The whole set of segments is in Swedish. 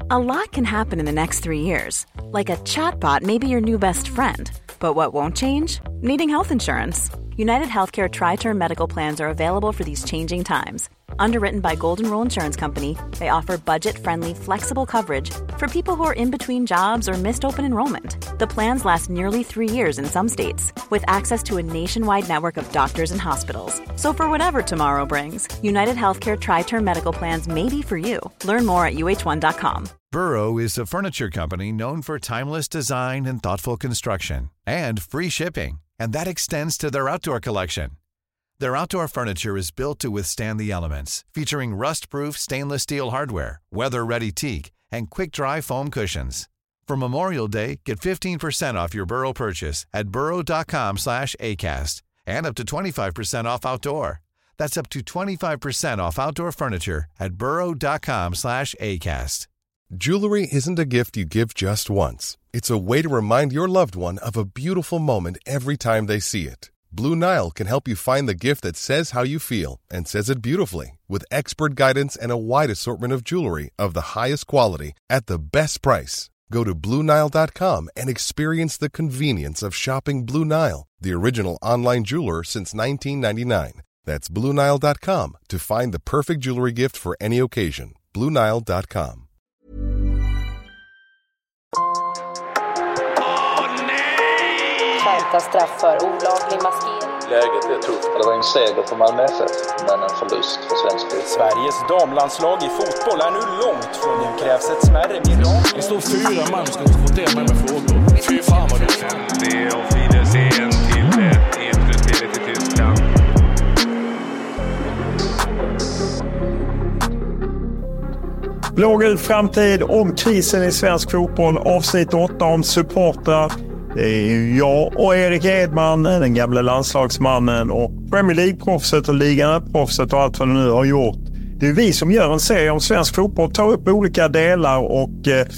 A lot can happen in the next 3 years. Like a chatbot may be your new best friend. But what won't change? Needing health insurance. United Healthcare Tri-Term Medical Plans are available for these changing times. Underwritten by Golden Rule Insurance Company, they offer budget-friendly, flexible coverage for people who are in between jobs or missed open enrollment. The plans last nearly 3 years in some states, with access to a nationwide network of doctors and hospitals. So for whatever tomorrow brings, United Healthcare Tri-Term Medical Plans may be for you. Learn more at uh1.com. Burrow is a furniture company known for timeless design and thoughtful construction, and free shipping, and that extends to their outdoor collection. Their outdoor furniture is built to withstand the elements, featuring rust-proof stainless steel hardware, weather-ready teak, and quick-dry foam cushions. For Memorial Day, get 15% off your Burrow purchase at burrow.com/acast, and up to 25% off outdoor. That's up to 25% off outdoor furniture at burrow.com/acast. Jewelry isn't a gift you give just once. It's a way to remind your loved one of a beautiful moment every time they see it. Blue Nile can help you find the gift that says how you feel and says it beautifully, with expert guidance and a wide assortment of jewelry of the highest quality at the best price. Go to BlueNile.com and experience the convenience of shopping Blue Nile, the original online jeweler since 1999. That's BlueNile.com to find the perfect jewelry gift for any occasion. BlueNile.com. Skärpta straff för olaglig maskering. Läget är tufft. Det var en seger för Malmö FF, men en förlust för svensk fotboll. Sveriges damlandslag i fotboll är nu långt från nu krävs ett smärre mirakel. Det står 4 man ska inte få det med frågor. Fy fan vad det är. Det är och Fidersen till 1-1 till Tyskland. Blågul framtid om krisen i svensk fotboll, avsnitt 8 om supportrar. Det är jag och Erik Edman, den gamla landslagsmannen och Premier League-proffset och ligan-proffset och allt vad det nu har gjort. Det är vi som gör en serie om svensk fotboll, tar upp olika delar och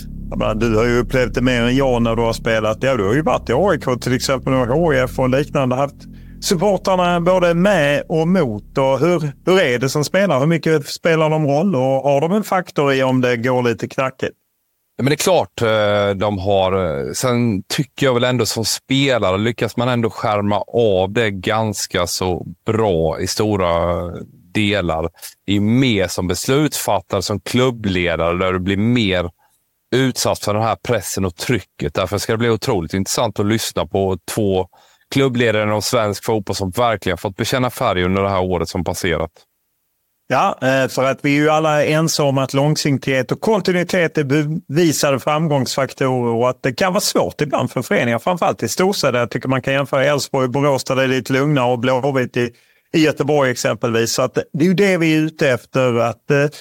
du har ju upplevt det mer än jag när du har spelat. Ja, du har ju varit i AIK till exempel och HIF och liknande, haft supportarna både med och mot. Och hur är det som spelar? Hur mycket spelar de roll och har de en faktor i om det går lite knackigt? Men det är klart de har. Sen tycker jag väl ändå som spelare lyckas man ändå skärma av det ganska så bra i stora delar. Det är mer som beslutsfattare, som klubbledare där du blir mer utsatt för den här pressen och trycket. Därför ska det bli otroligt intressant att lyssna på 2 klubbledare inom svensk fotboll som verkligen fått bekänna färg under det här året som passerat. Ja, för att vi är ju alla ensamma om att långsiktighet och kontinuitet är bevisade framgångsfaktorer och att det kan vara svårt ibland för föreningar, framförallt i storstäder. Jag tycker man kan jämföra Elfsborg och Borås där det är lite lugnare och Blåvitt i Göteborg exempelvis. Så att det är ju det vi är ute efter, att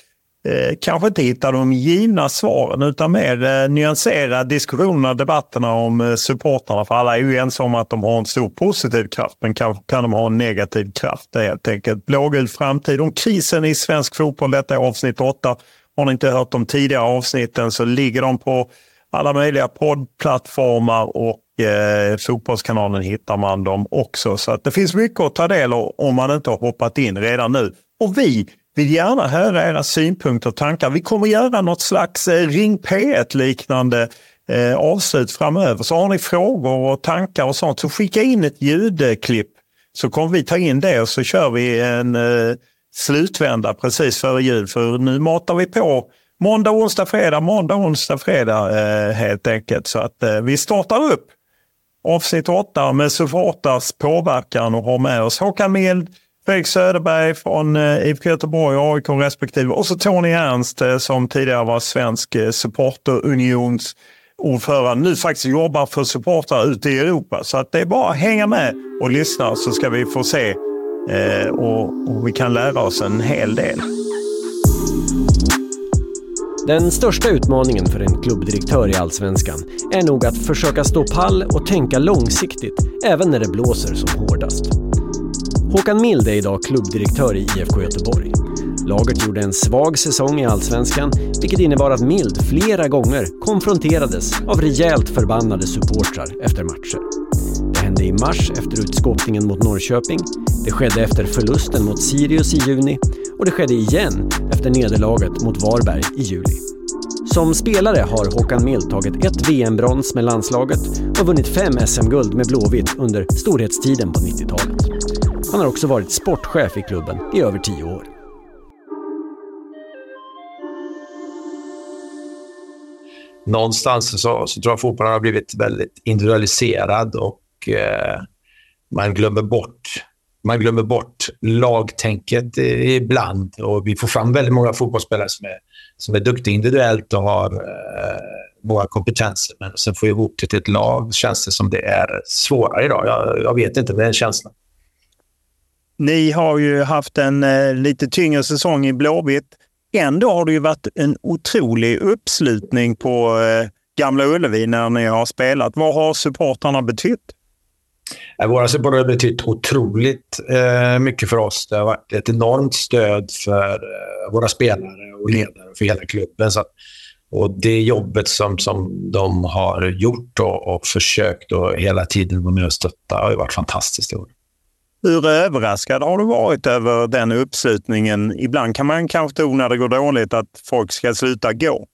kanske inte hitta de givna svaren utan mer nyansera diskussionerna och debatterna om supportarna. För alla är ju ensamma om att de har en stor positiv kraft, men kan de ha en negativ kraft. Det är helt enkelt blågul framtid om krisen i svensk fotboll. Detta är avsnitt 8. Har ni inte hört de tidigare avsnitten så ligger de på alla möjliga poddplattformar och Fotbollskanalen hittar man dem också. Så att det finns mycket att ta del av om man inte har hoppat in redan nu. Och vi vill gärna höra era synpunkter och tankar. Vi kommer göra något slags Ring P1-liknande avslut framöver. Så har ni frågor och tankar och sånt så skicka in ett ljudklipp så kommer vi ta in det och så kör vi en slutvända precis före jul. För nu matar vi på måndag, onsdag, fredag helt enkelt. Så att vi startar upp avsnitt 8 med supportars påverkan och har med oss Håkan Mild, Fredrik Söderberg från IFK Göteborg och AIK respektive. Och så Tony Ernst som tidigare var svensk supporterunions ordförande. Nu faktiskt jobbar för supportrar ute i Europa. Så att det är bara att hänga med och lyssna så ska vi få se och vi kan lära oss en hel del. Den största utmaningen för en klubbdirektör i Allsvenskan är nog att försöka stå pall och tänka långsiktigt även när det blåser som hårdast. Håkan Mild är idag klubbdirektör i IFK Göteborg. Laget gjorde en svag säsong i Allsvenskan, vilket innebar att Mild flera gånger konfronterades av rejält förbannade supportrar efter matcher. Det hände i mars efter utskåpningen mot Norrköping, det skedde efter förlusten mot Sirius i juni och det skedde igen efter nederlaget mot Varberg i juli. Som spelare har Håkan Mild tagit 1 VM-brons med landslaget och vunnit 5 SM-guld med Blåvitt under storhetstiden på 90-talet. Han har också varit sportchef i klubben i över 10 år. Någonstans så tror jag fotbollen har blivit väldigt individualiserad och man glömmer bort lagtänket ibland, och vi får fram väldigt många fotbollsspelare som är duktiga individuellt och har våra kompetenser, men sen får ihop det till ett lag, känns det som det är svårare idag. Jag vet inte, men det är en känsla. Ni har ju haft en lite tyngre säsong i Blåvitt. Ändå har det ju varit en otrolig uppslutning på Gamla Ullevi när ni har spelat. Vad har supportarna betytt? Våra supportrar har betytt otroligt mycket för oss. Det har varit ett enormt stöd för våra spelare och ledare för hela klubben. Och det jobbet som de har gjort och försökt och hela tiden vara med och stötta har ju varit fantastiskt i år. Hur överraskad har du varit över den uppslutningen? Ibland kan man kanske tro när det går dåligt att folk ska sluta gå.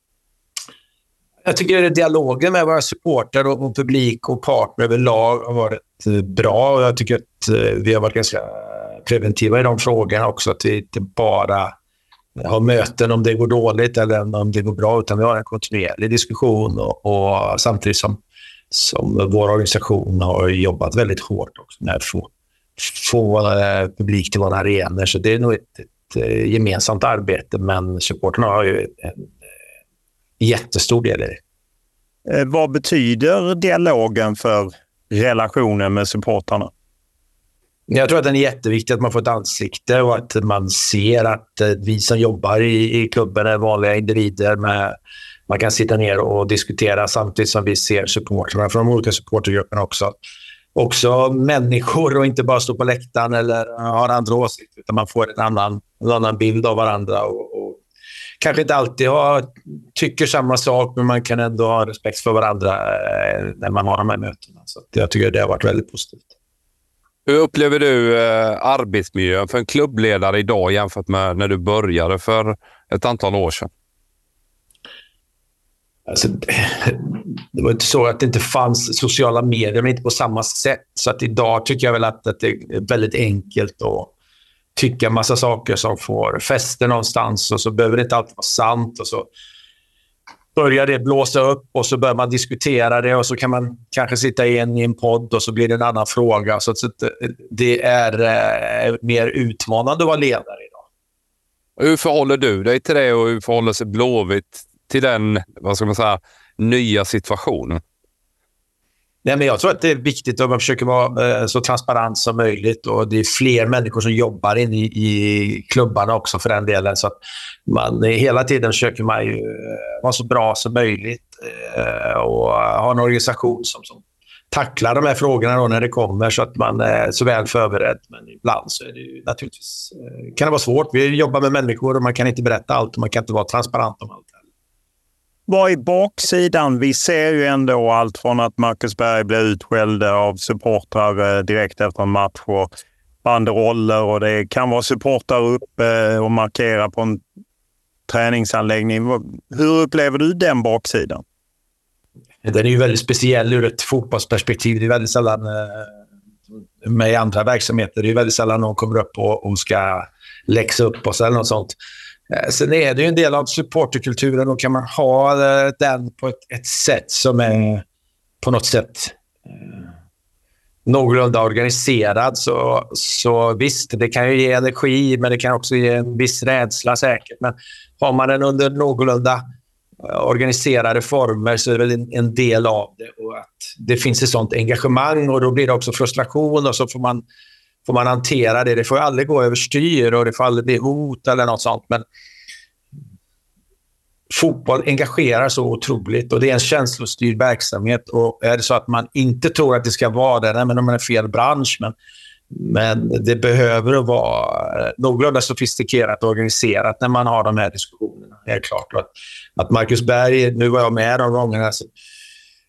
Jag tycker att dialogen med våra supporter och publik och partner överlag har varit bra. Och jag tycker att vi har varit ganska preventiva i de frågorna också. Att vi inte bara har möten om det går dåligt eller om det går bra, utan vi har en kontinuerlig diskussion och samtidigt som vår organisation har jobbat väldigt hårt också med att få publik till våra arenor. Så det är nog ett gemensamt arbete, men supporterna har ju en jättestor del i det. Vad betyder dialogen för relationen med supporterna? Jag tror att den är jätteviktig, att man får ett ansikte och att man ser att vi som jobbar i klubben är vanliga individer. Man kan sitta ner och diskutera samtidigt som vi ser supporterna från de olika supportergrupperna också människor, och inte bara stå på läktaren eller har andra åsikter, utan man får en annan bild av varandra och kanske inte alltid tycker samma sak, men man kan ändå ha respekt för varandra när man har de här mötena. Så jag tycker det har varit väldigt positivt. Hur upplever du arbetsmiljön för en klubbledare idag jämfört med när du började för ett antal år sedan? Alltså, det var inte så att det inte fanns sociala medier, men inte på samma sätt. Så att idag tycker jag väl att det är väldigt enkelt att tycka en massa saker som får fäste någonstans, och så behöver det inte alltid vara sant, och så börjar det blåsa upp och så börjar man diskutera det, och så kan man kanske sitta i en podd och så blir det en annan fråga. Så det är mer utmanande att vara ledare idag. Hur förhåller du dig till det, och hur förhåller sig Blåvitt till den, vad ska man säga, nya situationen? Nej, men jag tror att det är viktigt att man försöker vara så transparent som möjligt, och det är fler människor som jobbar in i klubbarna också för den delen, så att man hela tiden försöker man ju vara så bra som möjligt och ha en organisation som tacklar de här frågorna då när det kommer, så att man är så väl förberedd. Men ibland så är det ju naturligtvis, kan det vara svårt. Vi jobbar med människor och man kan inte berätta allt och man kan inte vara transparent om allt. Vad är baksidan? Vi ser ju ändå allt från att Marcus Berg blir utskälld av supportrar direkt efter en match och banderoller, och det kan vara supportrar uppe och markera på en träningsanläggning. Hur upplever du den baksidan? Den är ju väldigt speciell ur ett fotbollsperspektiv. Det är väldigt sällan med andra verksamheter. Det är väldigt sällan någon kommer upp och ska läxa upp oss eller något sånt. Sen är det ju en del av supporterkulturen, och kan man ha den på ett sätt som är på något sätt någorlunda organiserad, så visst, det kan ju ge energi, men det kan också ge en viss rädsla säkert. Men har man den under någorlunda organiserade former så är det väl en del av det, och att det finns ett sånt engagemang, och då blir det också frustration, och så får man hantera det. Det får aldrig gå överstyr och det får aldrig bli hot eller något sånt, men fotboll engagerar så otroligt, och det är en känslostyrd verksamhet, och är det så att man inte tror att det ska vara det, nej, men om man är fel bransch, men det behöver att vara någorlunda sofistikerat och organiserat när man har de här diskussionerna, helt klart. Att Marcus Berg, nu var jag med de gångerna,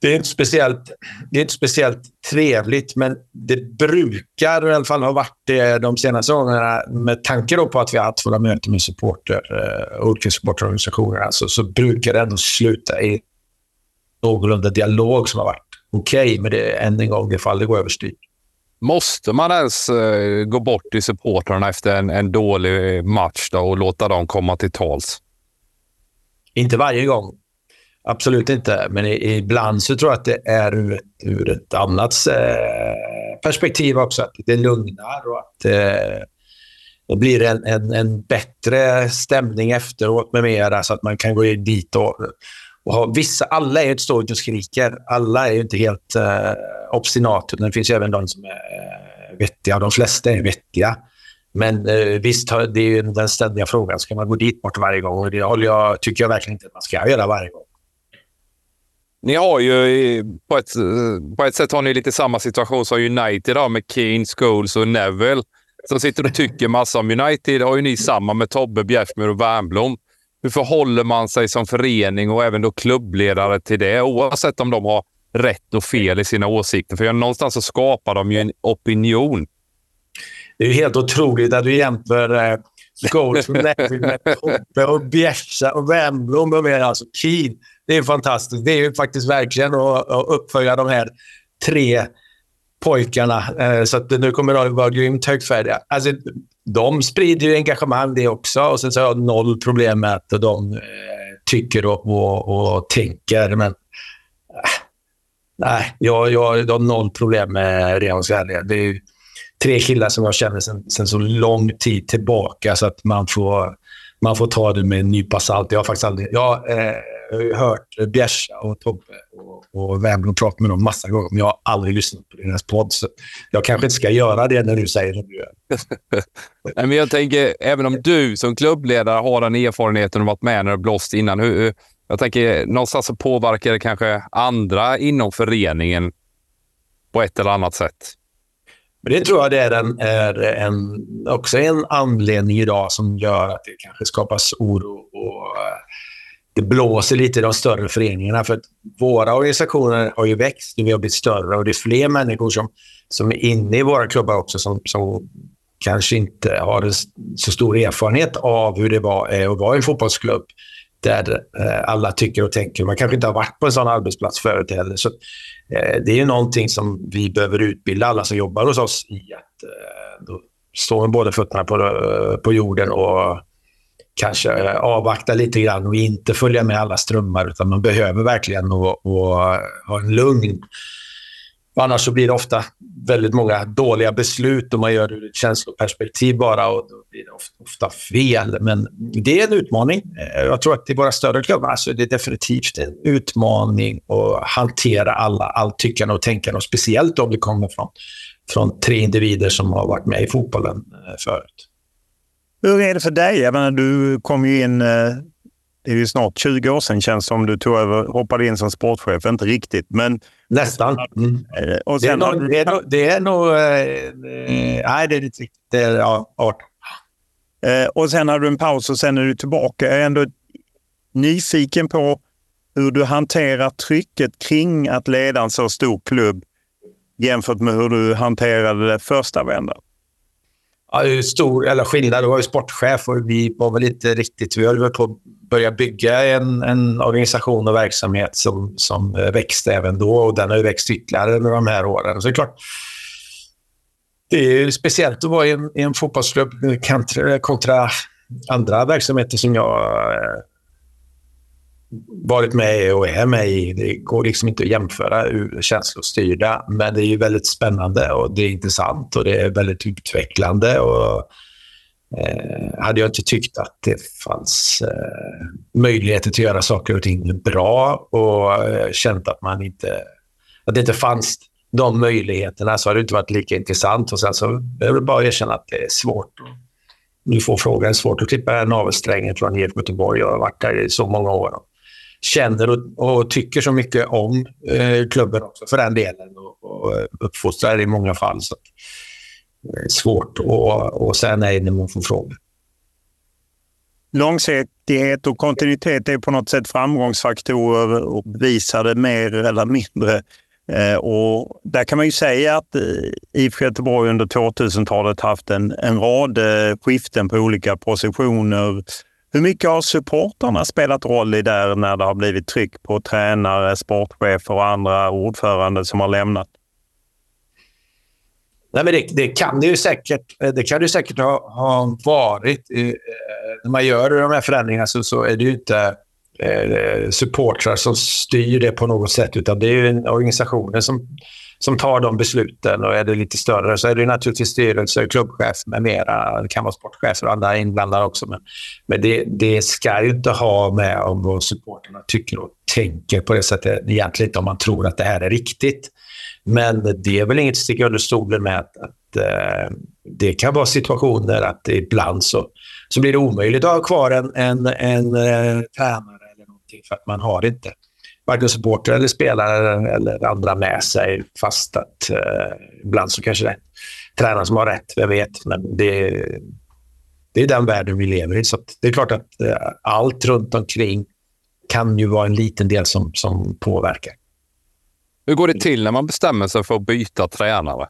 Det är inte speciellt trevligt, men det brukar i alla fall ha varit det de senaste åren, med tanke då på att vi har haft våra möten med olika supporterorganisationer, så brukar det ändå sluta i någorlunda dialog som har varit okej, men det är än en gång ifall det går överstyr. Måste man ens gå bort i supporterna efter en dålig match då och låta dem komma till tals? Inte varje gång. Absolut inte. Men ibland så tror jag att det är ur ett annat perspektiv också. Att det lugnar och att det blir en bättre stämning efteråt med mera, så att man kan gå in dit och ha vissa. Alla är ju ett stort och skriker. Alla är ju inte helt obstinata. Det finns ju även de som är vettiga. De flesta är vettiga. Men visst, det är ju den ständiga frågan. Ska man gå dit bort varje gång? Och det tycker jag verkligen inte att man ska göra varje gång. Ni har ju på ett sätt har ni lite samma situation som United då, med Keane, Scholes och Neville som sitter och tycker massa om United. Har ju ni samma med Tobbe, Bjärsmyr och Wernbloom. Hur förhåller man sig som förening och även då klubbledare till det, oavsett om de har rätt och fel i sina åsikter? För någonstans så skapar de ju en opinion. Det är ju helt otroligt att du jämför Scholes med Tobbe och Bjärsa och Wernbloom och med alltså Keane. Det är fantastiskt. Det är ju faktiskt verkligen att uppfölja de här 3 pojkarna. Så att nu kommer de vara grymt högfärdiga. Alltså, de sprider ju engagemang det också. Och sen så har jag 0 problem med att de tycker och tänker. Men nej, jag har 0 problem med Reons ärlighet. Det är ju 3 killar som jag känner sen så lång tid tillbaka, så att man får ta det med en nypa salt. Jag har faktiskt aldrig... Jag har hört Bjärsa och Tobbe och Wernbloom prata med dem massa gånger, men jag har aldrig lyssnat på deras podd, så jag kanske inte ska göra det när du säger det du gör. Nej, men jag tänker, även om du som klubbledare har den erfarenheten och varit med när du blåst innan, jag tänker någonstans så påverkar det kanske andra inom föreningen på ett eller annat sätt. Men det tror jag det är också en anledning idag som gör att det kanske skapas oro och det blåser lite i de större föreningarna, för att våra organisationer har ju växt och vi har blivit större, och det är fler människor som är inne i våra klubbar också som kanske inte har så stor erfarenhet av hur det var att vara i en fotbollsklubb där alla tycker och tänker. Man kanske inte har varit på en sån arbetsplats förut heller. Så det är ju någonting som vi behöver utbilda alla som jobbar hos oss i, att stå med båda fötterna på jorden och kanske avvakta lite grann och inte följa med alla strömmar, utan man behöver verkligen ha en lugn. Annars så blir det ofta väldigt många dåliga beslut och man gör det ur ett känsloperspektiv bara, och då blir det ofta fel. Men det är en utmaning. Jag tror att i våra större klubbar så är det definitivt en utmaning att hantera allt tyckande och tänkande, och speciellt om det kommer från 3 individer som har varit med i fotbollen förut. Hur är det för dig? Jag menar, du kom ju in, det är ju snart 20 år sedan, känns som du hoppade in som sportchef. Inte riktigt, men... Nästan. Mm. Och sen det är nog... Nej, det är inte riktigt. Det är 18. Och sen har du en paus och sen är du tillbaka. Jag är ändå nyfiken på hur du hanterar trycket kring att leda en så stor klubb jämfört med hur du hanterade det första vändan. Ja, stor eller skillnad. Du var ju sportchef och vi var väl inte riktigt... Vi höll på att börja bygga en organisation och verksamhet som växte även då, och den har ju växt ytterligare med de här åren. Så det är klart, det är ju speciellt att vara i en fotbollsklubb kontra andra verksamheter som jag varit med och är med i. Det går liksom inte att jämföra känslostyrda, men det är ju väldigt spännande och det är intressant och det är väldigt utvecklande, och hade jag inte tyckt att det fanns möjligheter till att göra saker och ting bra och känt att det inte fanns de möjligheterna, så hade det inte varit lika intressant. Och sen så är det bara att erkänna att det är svårt. Nu får frågan, svårt att klippa navelsträngen från IFK Göteborg. Jag har varit där i så många år och känner och tycker så mycket om klubben också för den delen, och uppfostrar i många fall, så det är svårt att säga nej när man får frågor. långsiktighet och kontinuitet är på något sätt framgångsfaktorer och bevisade mer eller mindre. Och där kan man ju säga att IFK Göteborg under 2000-talet haft en rad skiften på olika positioner. Hur mycket har supportarna spelat roll i där när det har blivit tryck på tränare, sportchefer och andra ordförande som har lämnat? Nej, men det kan det ju säkert ha varit. När man gör de här förändringarna så är det ju inte supportrar som styr det på något sätt, utan det är ju organisationer som tar de besluten, och är det lite större så är det naturligtvis styrelse, klubbchef med mera, det kan vara sportchefer och andra inblandade också, men det ska ju inte ha med om vad supporterna tycker och tänker på det sättet egentligen, inte om man tror att det här är riktigt. Men det är väl inget att sticka under stolen med att det kan vara situationer att ibland så blir det omöjligt att ha kvar en tränare eller någonting, för att man har inte varken supporter eller spelare eller andra med sig, fast att ibland så kanske det är tränaren som har rätt, jag vet, men det är den världen vi lever i, så att det är klart att allt runt omkring kan ju vara en liten del som påverkar. Hur går det till när man bestämmer sig för att byta tränare?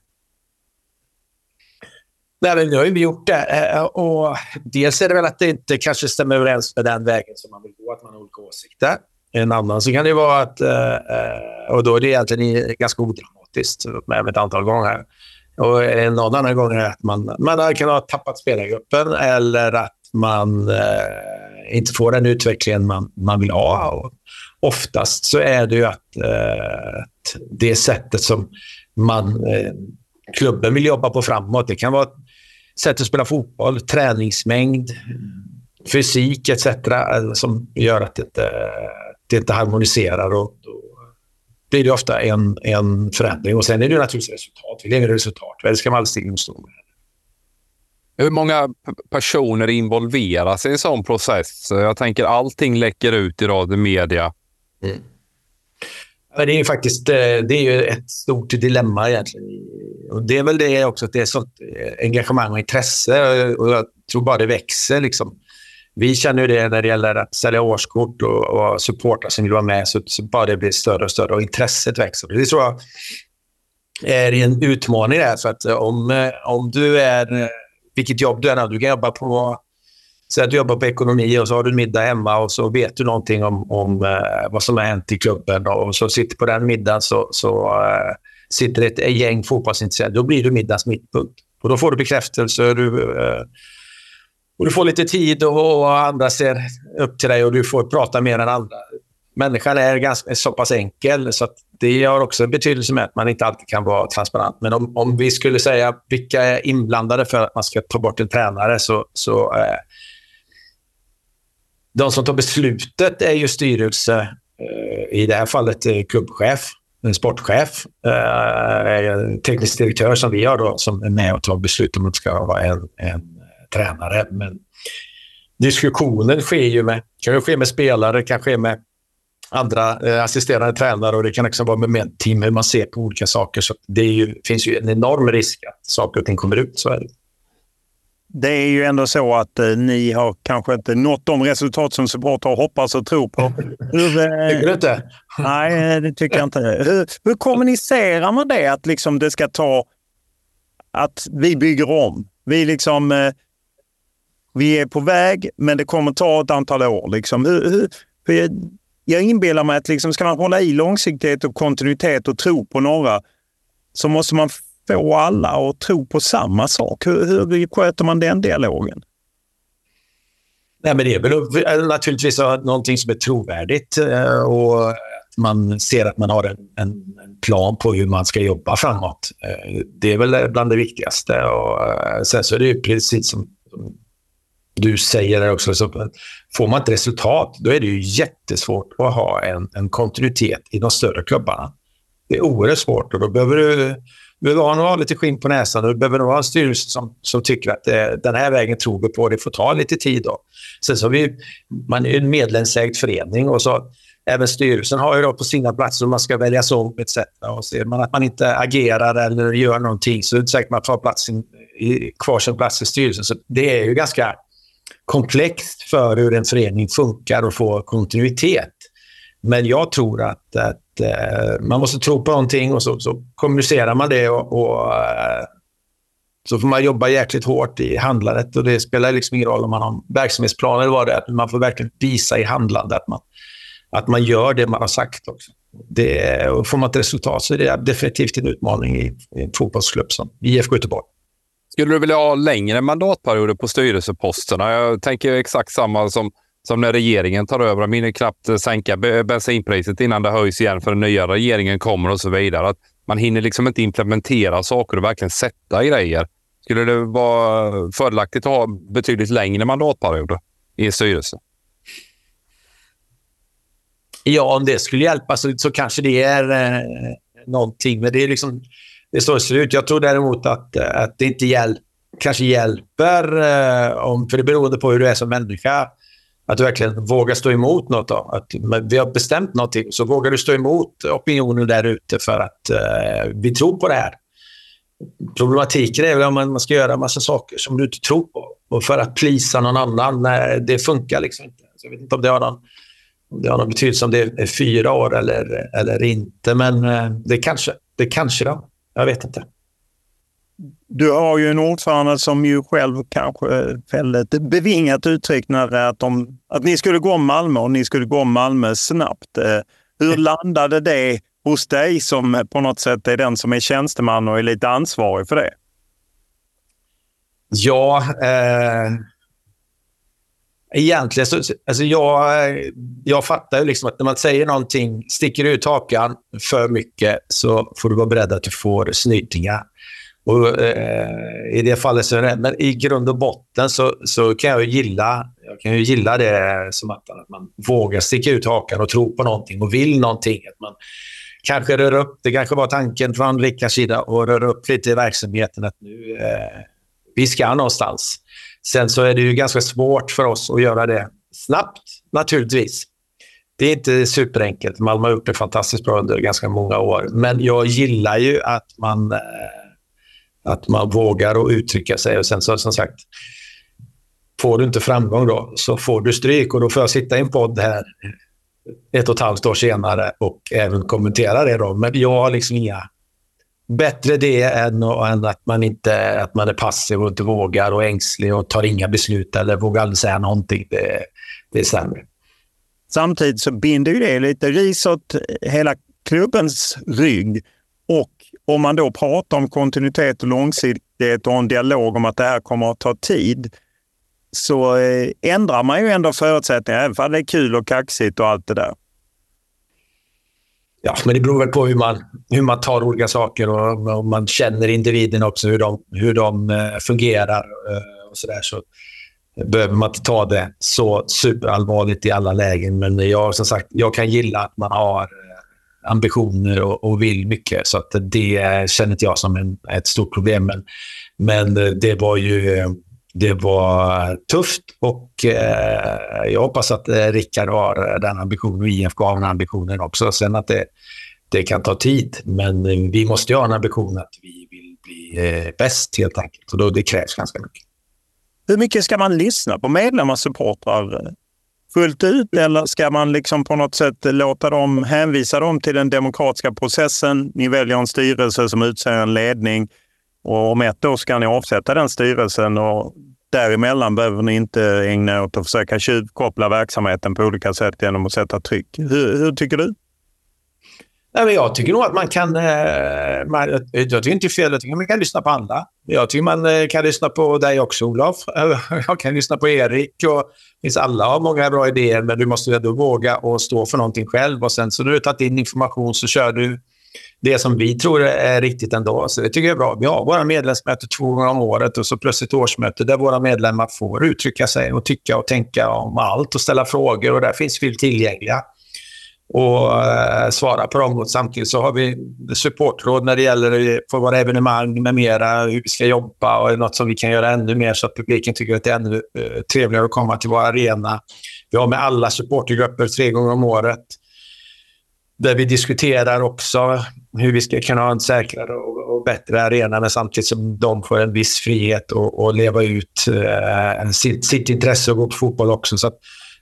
Nej, men nu har vi gjort det. Och dels är det väl att det inte kanske stämmer överens med den vägen som man vill gå, att man har olika åsikter. En annan så kan det vara att, och då är det egentligen ganska odramatiskt med ett antal gånger. Och en annan gång är att man kan ha tappat spelargruppen, eller att man inte får den utvecklingen man vill ha. Och oftast så är det ju att det sättet som klubben vill jobba på framåt, det kan vara sätt att spela fotboll, träningsmängd, fysik etc. som gör att det inte harmoniserar, och då blir det ofta en förändring. Och sen är det naturligtvis resultat. Vi lever i resultat. Det ska man alltid stå med. Hur många personer involveras i en sån process? Jag tänker allting läcker ut i radio och media. Mm. Ja, det är ju faktiskt det är ju ett stort dilemma egentligen. Och det är väl det också, att det är sånt engagemang och intresse, och jag tror bara det växer liksom. Vi känner ju det när det gäller att sälja årskort och supportrar som vill vara med, så bara det blir större och större och intresset växer. Det tror jag är en utmaning där, för att om du är, vilket jobb du är, du kan jobba på, så att du jobbar på ekonomi och så har du en middag hemma och så vet du någonting om vad som har hänt i klubben, och så sitter på den middagen så sitter ett gäng fotbollsintresserade, då blir du middagens mittpunkt. Och då får du bekräftelse, och du får lite tid och andra ser upp till dig och du får prata mer än andra. Människan är så pass enkel, så att det har också en betydelse med att man inte alltid kan vara transparent. Men om vi skulle säga vilka är inblandade för att man ska ta bort en tränare, så de som tar beslutet är ju styrelse, i det här fallet klubbchef, en sportchef, teknisk direktör som vi har då, som är med och tar beslut om att det ska vara en tränare. Men diskussionen kan ju ske med spelare, kan ske med andra assisterande tränare, och det kan också vara med team, hur man ser på olika saker. Så finns ju en enorm risk att saker och ting kommer ut, så är det. Det är ju ändå så att ni har kanske inte nått de resultat som supportrar hoppas och tror på. Tycker du inte? Nej, det tycker jag inte. Hur kommunicerar man det? Att liksom det ska ta, att vi bygger om. Vi är på väg, men det kommer ta ett antal år. Liksom. Jag inbillar mig att liksom, ska man hålla i långsiktighet och kontinuitet och tro på några, så måste man få alla att tro på samma sak. Hur sköter man den dialogen? Nej, men det är väl naturligtvis någonting som är trovärdigt, och att man ser att man har en plan på hur man ska jobba framåt. Det är väl bland det viktigaste. Och sen så är det ju precis som du säger också, så får man ett resultat, då är det ju jättesvårt att ha en kontinuitet i de större klubbarna. Det är oerhört svårt, och då behöver du ha lite skinn på näsan, och du behöver ha en styrelse som tycker att den här vägen tror vi på, det får ta lite tid då. Sen så man är en medlemsägd förening, och så även styrelsen har ju då på sina platser, man ska väljas om etc. Och ser man att man inte agerar eller gör någonting, så är det säkert man tar kvar sin plats i styrelsen. Så det är ju ganska komplext för hur en förening funkar och får kontinuitet. Men jag tror att man måste tro på någonting och så kommunicerar man det och så får man jobba jäkligt hårt i handlandet, och det spelar liksom ingen roll om man har verksamhetsplaner eller vad det är. Man får verkligen visa i handlandet att man gör det man har sagt också. Och får man ett resultat så är det definitivt en utmaning i en fotbollsklubb som IFK Göteborg. Skulle du vilja ha längre mandatperioder på styrelseposterna? Jag tänker exakt samma som när regeringen tar över. Man hinner knappt sänka bensinpriset innan det höjs igen för den nya regeringen kommer och så vidare. Att man hinner liksom inte implementera saker och verkligen sätta grejer. Skulle det vara fördelaktigt att ha betydligt längre mandatperioder i en styrelse? Ja, om det skulle hjälpa så kanske det är någonting. Men det är liksom, det står så ut. Jag tror däremot att det inte kanske hjälper, för det beror på hur du är som människa, att du verkligen vågar stå emot något. Då. Att vi har bestämt någonting, så vågar du stå emot opinionen där ute för att vi tror på det här. Problematiken är väl om man ska göra en massa saker som du inte tror på, och för att plisa någon annan, det funkar liksom inte. Så jag vet inte om det har någon betydelse om det är 4 år eller inte, men det kanske då. Jag vet inte. Du har ju en ordförande som ju själv kanske fällde ett bevingat uttryck när att ni skulle gå om Malmö och ni skulle gå om Malmö snabbt. Hur landade det hos dig som på något sätt är den som är tjänsteman och är lite ansvarig för det? Ja, egentligen så, alltså jag fattar ju liksom att när man säger någonting, sticker ut hakan för mycket, så får du vara beredd att du får snytingar. Och i det fallet så är det, men i grund och botten så kan jag ju gilla det som att man vågar sticka ut hakan och tro på någonting och vill någonting, att man kanske rör upp, det kanske var tanken från Rickards sida, och rör upp lite i verksamheten att nu vi ska någonstans. Sen så är det ju ganska svårt för oss att göra det snabbt, naturligtvis. Det är inte superenkelt. Malmö har gjort det fantastiskt bra under ganska många år, men jag gillar ju att man vågar att uttrycka sig, och sen så som sagt, får du inte framgång då så får du stryk, och då får jag sitta i en podd här 1,5 år senare och även kommentera det då. Men jag har liksom inga bättre det än att man är passiv och inte vågar och ängslig och tar inga beslut eller vågar aldrig säga någonting. Det är sämre. Samtidigt så binder ju det lite ris åt hela klubbens rygg, och om man då pratar om kontinuitet och långsiktighet och en dialog om att det här kommer att ta tid, så ändrar man ju ändå förutsättningar, även om det är kul och kaxigt och allt det där. Ja, men det beror väl på hur man tar olika saker, och man känner individen också, hur de fungerar och sådär, så behöver man inte ta det så superallvarligt i alla lägen. Men jag kan gilla att man har ambitioner och vill mycket, så att det känner inte jag som ett stort problem. Men det var tufft, och jag hoppas att Rickard har den ambitionen och IFK har den ambitionen också. Sen att det kan ta tid, men vi måste ju ha en ambition att vi vill bli bäst helt enkelt, och då det krävs ganska mycket. Hur mycket ska man lyssna på medlemmar och supportrar fullt ut, eller ska man liksom på något sätt hänvisa dem till den demokratiska processen? Ni väljer en styrelse som utser en ledning, och om 1 år ska ni avsätta den styrelsen, och däremellan behöver ni inte ägna åt att försöka tjuvkoppla verksamheten på olika sätt genom att sätta tryck. Hur tycker du? Nej, men jag tycker nog att man kan... jag tycker inte fel, jag tycker man kan lyssna på alla. Jag tycker man kan lyssna på dig också, Olof. Jag kan lyssna på Erik, och alla har många bra idéer, men du måste ändå våga och stå för någonting själv. Och sen så när du tagit in information så kör du det som vi tror är riktigt ändå. Så det tycker jag är bra. Vi har våra medlemsmöte 2 gånger om året, och så plötsligt årsmöte där våra medlemmar får uttrycka sig och tycka och tänka om allt och ställa frågor, och där finns vi tillgängliga och svara på dem. Och samtidigt så har vi supportråd när det gäller på våra evenemang med mera, hur vi ska jobba, och något som vi kan göra ännu mer så att publiken tycker att det är ännu trevligare att komma till vår arena. Vi har med alla supportergrupper 3 gånger om året, där vi diskuterar också hur vi ska kunna ha en säkrare och och bättre arena, men samtidigt som de får en viss frihet och leva ut sitt intresse och gå på fotboll också. Så att,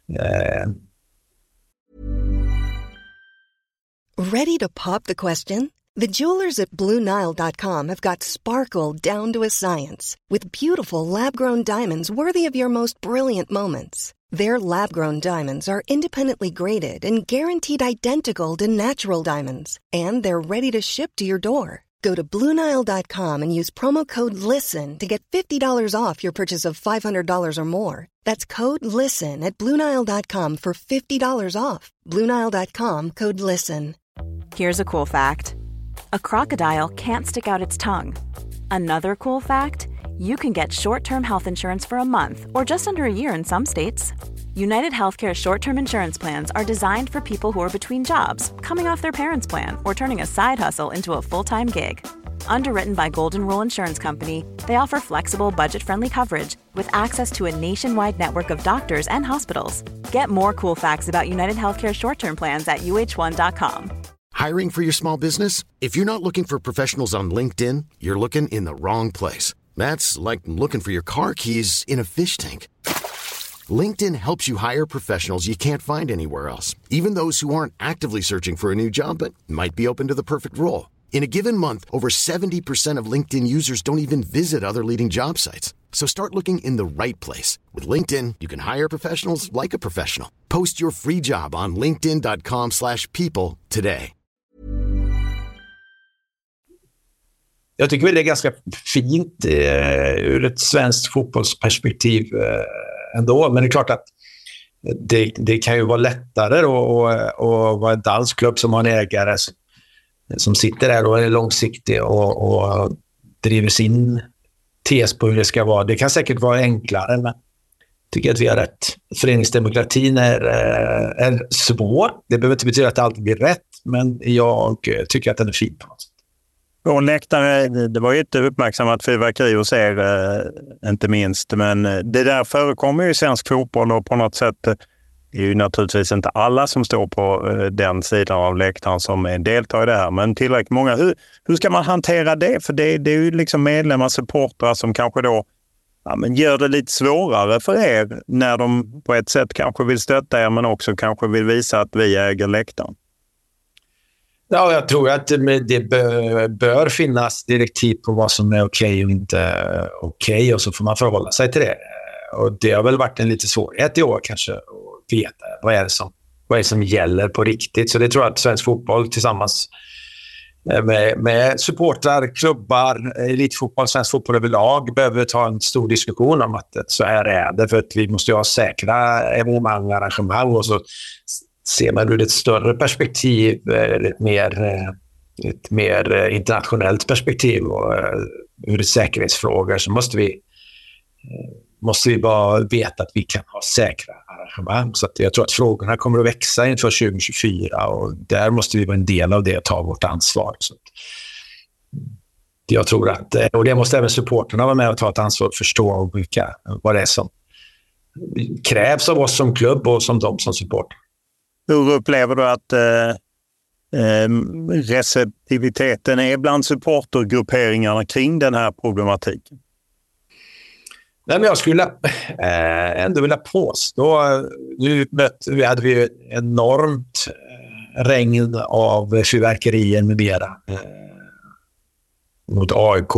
Ready to pop the question? The jewelers at BlueNile.com have got sparkle down to a science with beautiful lab-grown diamonds worthy of your most brilliant moments. Their lab-grown diamonds are independently graded and guaranteed identical to natural diamonds, and they're ready to ship to your door. Go to BlueNile.com and use promo code LISTEN to get $50 off your purchase of $500 or more. That's code LISTEN at BlueNile.com for $50 off. BlueNile.com, code LISTEN. Here's a cool fact. A crocodile can't stick out its tongue. Another cool fact, you can get short-term health insurance for a month or just under a year in some states. United Healthcare short-term insurance plans are designed for people who are between jobs, coming off their parents' plan, or turning a side hustle into a full-time gig. Underwritten by Golden Rule Insurance Company, they offer flexible, budget-friendly coverage with access to a nationwide network of doctors and hospitals. Get more cool facts about United Healthcare short-term plans at uh1.com. Hiring for your small business? If you're not looking for professionals on LinkedIn, you're looking in the wrong place. That's like looking for your car keys in a fish tank. LinkedIn helps you hire professionals you can't find anywhere else, even those who aren't actively searching for a new job but might be open to the perfect role. In a given month, over 70% of LinkedIn users don't even visit other leading job sites. So start looking in the right place. With LinkedIn, you can hire professionals like a professional. Post your free job on linkedin.com/people today. Jag tycker väl det är ganska fint ur ett svenskt fotbollsperspektiv ändå. Men det är klart att det kan ju vara lättare att vara en dansk klubb som har en ägare som sitter där och är långsiktig och driver sin tes på hur det ska vara. Det kan säkert vara enklare, men jag tycker att vi har rätt. Föreningsdemokratin är svår. Det behöver inte betyda att allt blir rätt, men jag tycker att den är fin på något sätt. Och läktare, det var ju inte uppmärksammat fyrverkeri hos er, inte minst. Men det där förekommer ju i svensk fotboll och på något sätt är ju naturligtvis inte alla som står på den sidan av läktaren som deltar i det här. Men tillräckligt många. Hur ska man hantera det? För det är ju liksom medlemmar, supportrar som kanske då gör det lite svårare för er när de på ett sätt kanske vill stötta er men också kanske vill visa att vi äger läktaren. Ja, jag tror att det bör finnas direktiv på vad som är okej och inte okej, och så får man förhålla sig till det. Och det har väl varit en lite svårighet i år kanske att veta vad är det som gäller på riktigt. Så det tror jag att svensk fotboll tillsammans med supportrar, klubbar, elitfotboll, svensk fotboll överlag behöver ta en stor diskussion om att så här är det, för att vi måste ha säkra evenemang och arrangemang, och så ser man ur ett större perspektiv, ett mer internationellt perspektiv och ur säkerhetsfrågor, så måste vi bara veta att vi kan ha säkra arrangemang. Så att jag tror att frågorna kommer att växa inför 2024, och där måste vi vara en del av det och ta vårt ansvar. Så jag tror att, och det måste även supporterna vara med och ta ett ansvar och förstå vad det är som krävs av oss som klubb och som de som supporter. Hur upplever du att receptiviteten är bland supportergrupperingarna kring den här problematiken? Nej, men jag skulle ändå vilja påstå, nu hade vi ett enormt regn av fyrverkerier med mera mot AIK.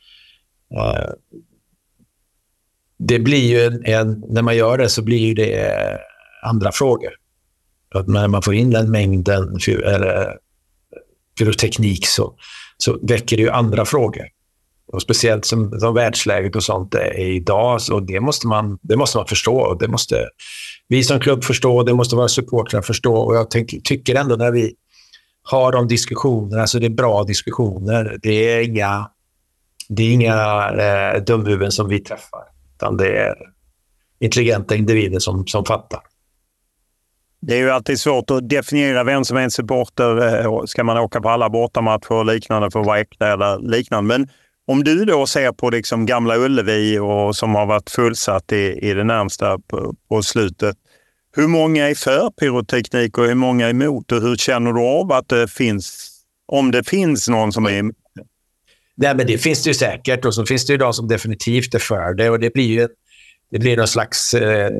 Det blir ju när man gör det så blir det andra frågor. Att när man får in den mängden pyroteknik så väcker det ju andra frågor. Och speciellt som världsläget och sånt är idag, så det måste man förstå, och det måste vi som klubb förstå, det måste våra supportrar förstå, och jag tycker ändå när vi har de diskussionerna så det är bra diskussioner. Det är inga dumhuvuden som vi träffar, utan det är intelligenta individer som fattar. Det är ju alltid svårt att definiera vem som är en supporter. Ska man åka på alla bortamatcher och liknande för att vara äkta eller liknande. Men om du då ser på liksom Gamla Ullevi och som har varit fullsatt i det närmsta på slutet. Hur många är för pyroteknik och hur många är emot? Och hur känner du av att det finns, om det finns någon som är emot? Nej, men det finns det ju säkert, och så finns det ju de som definitivt är för det, och det blir någon slags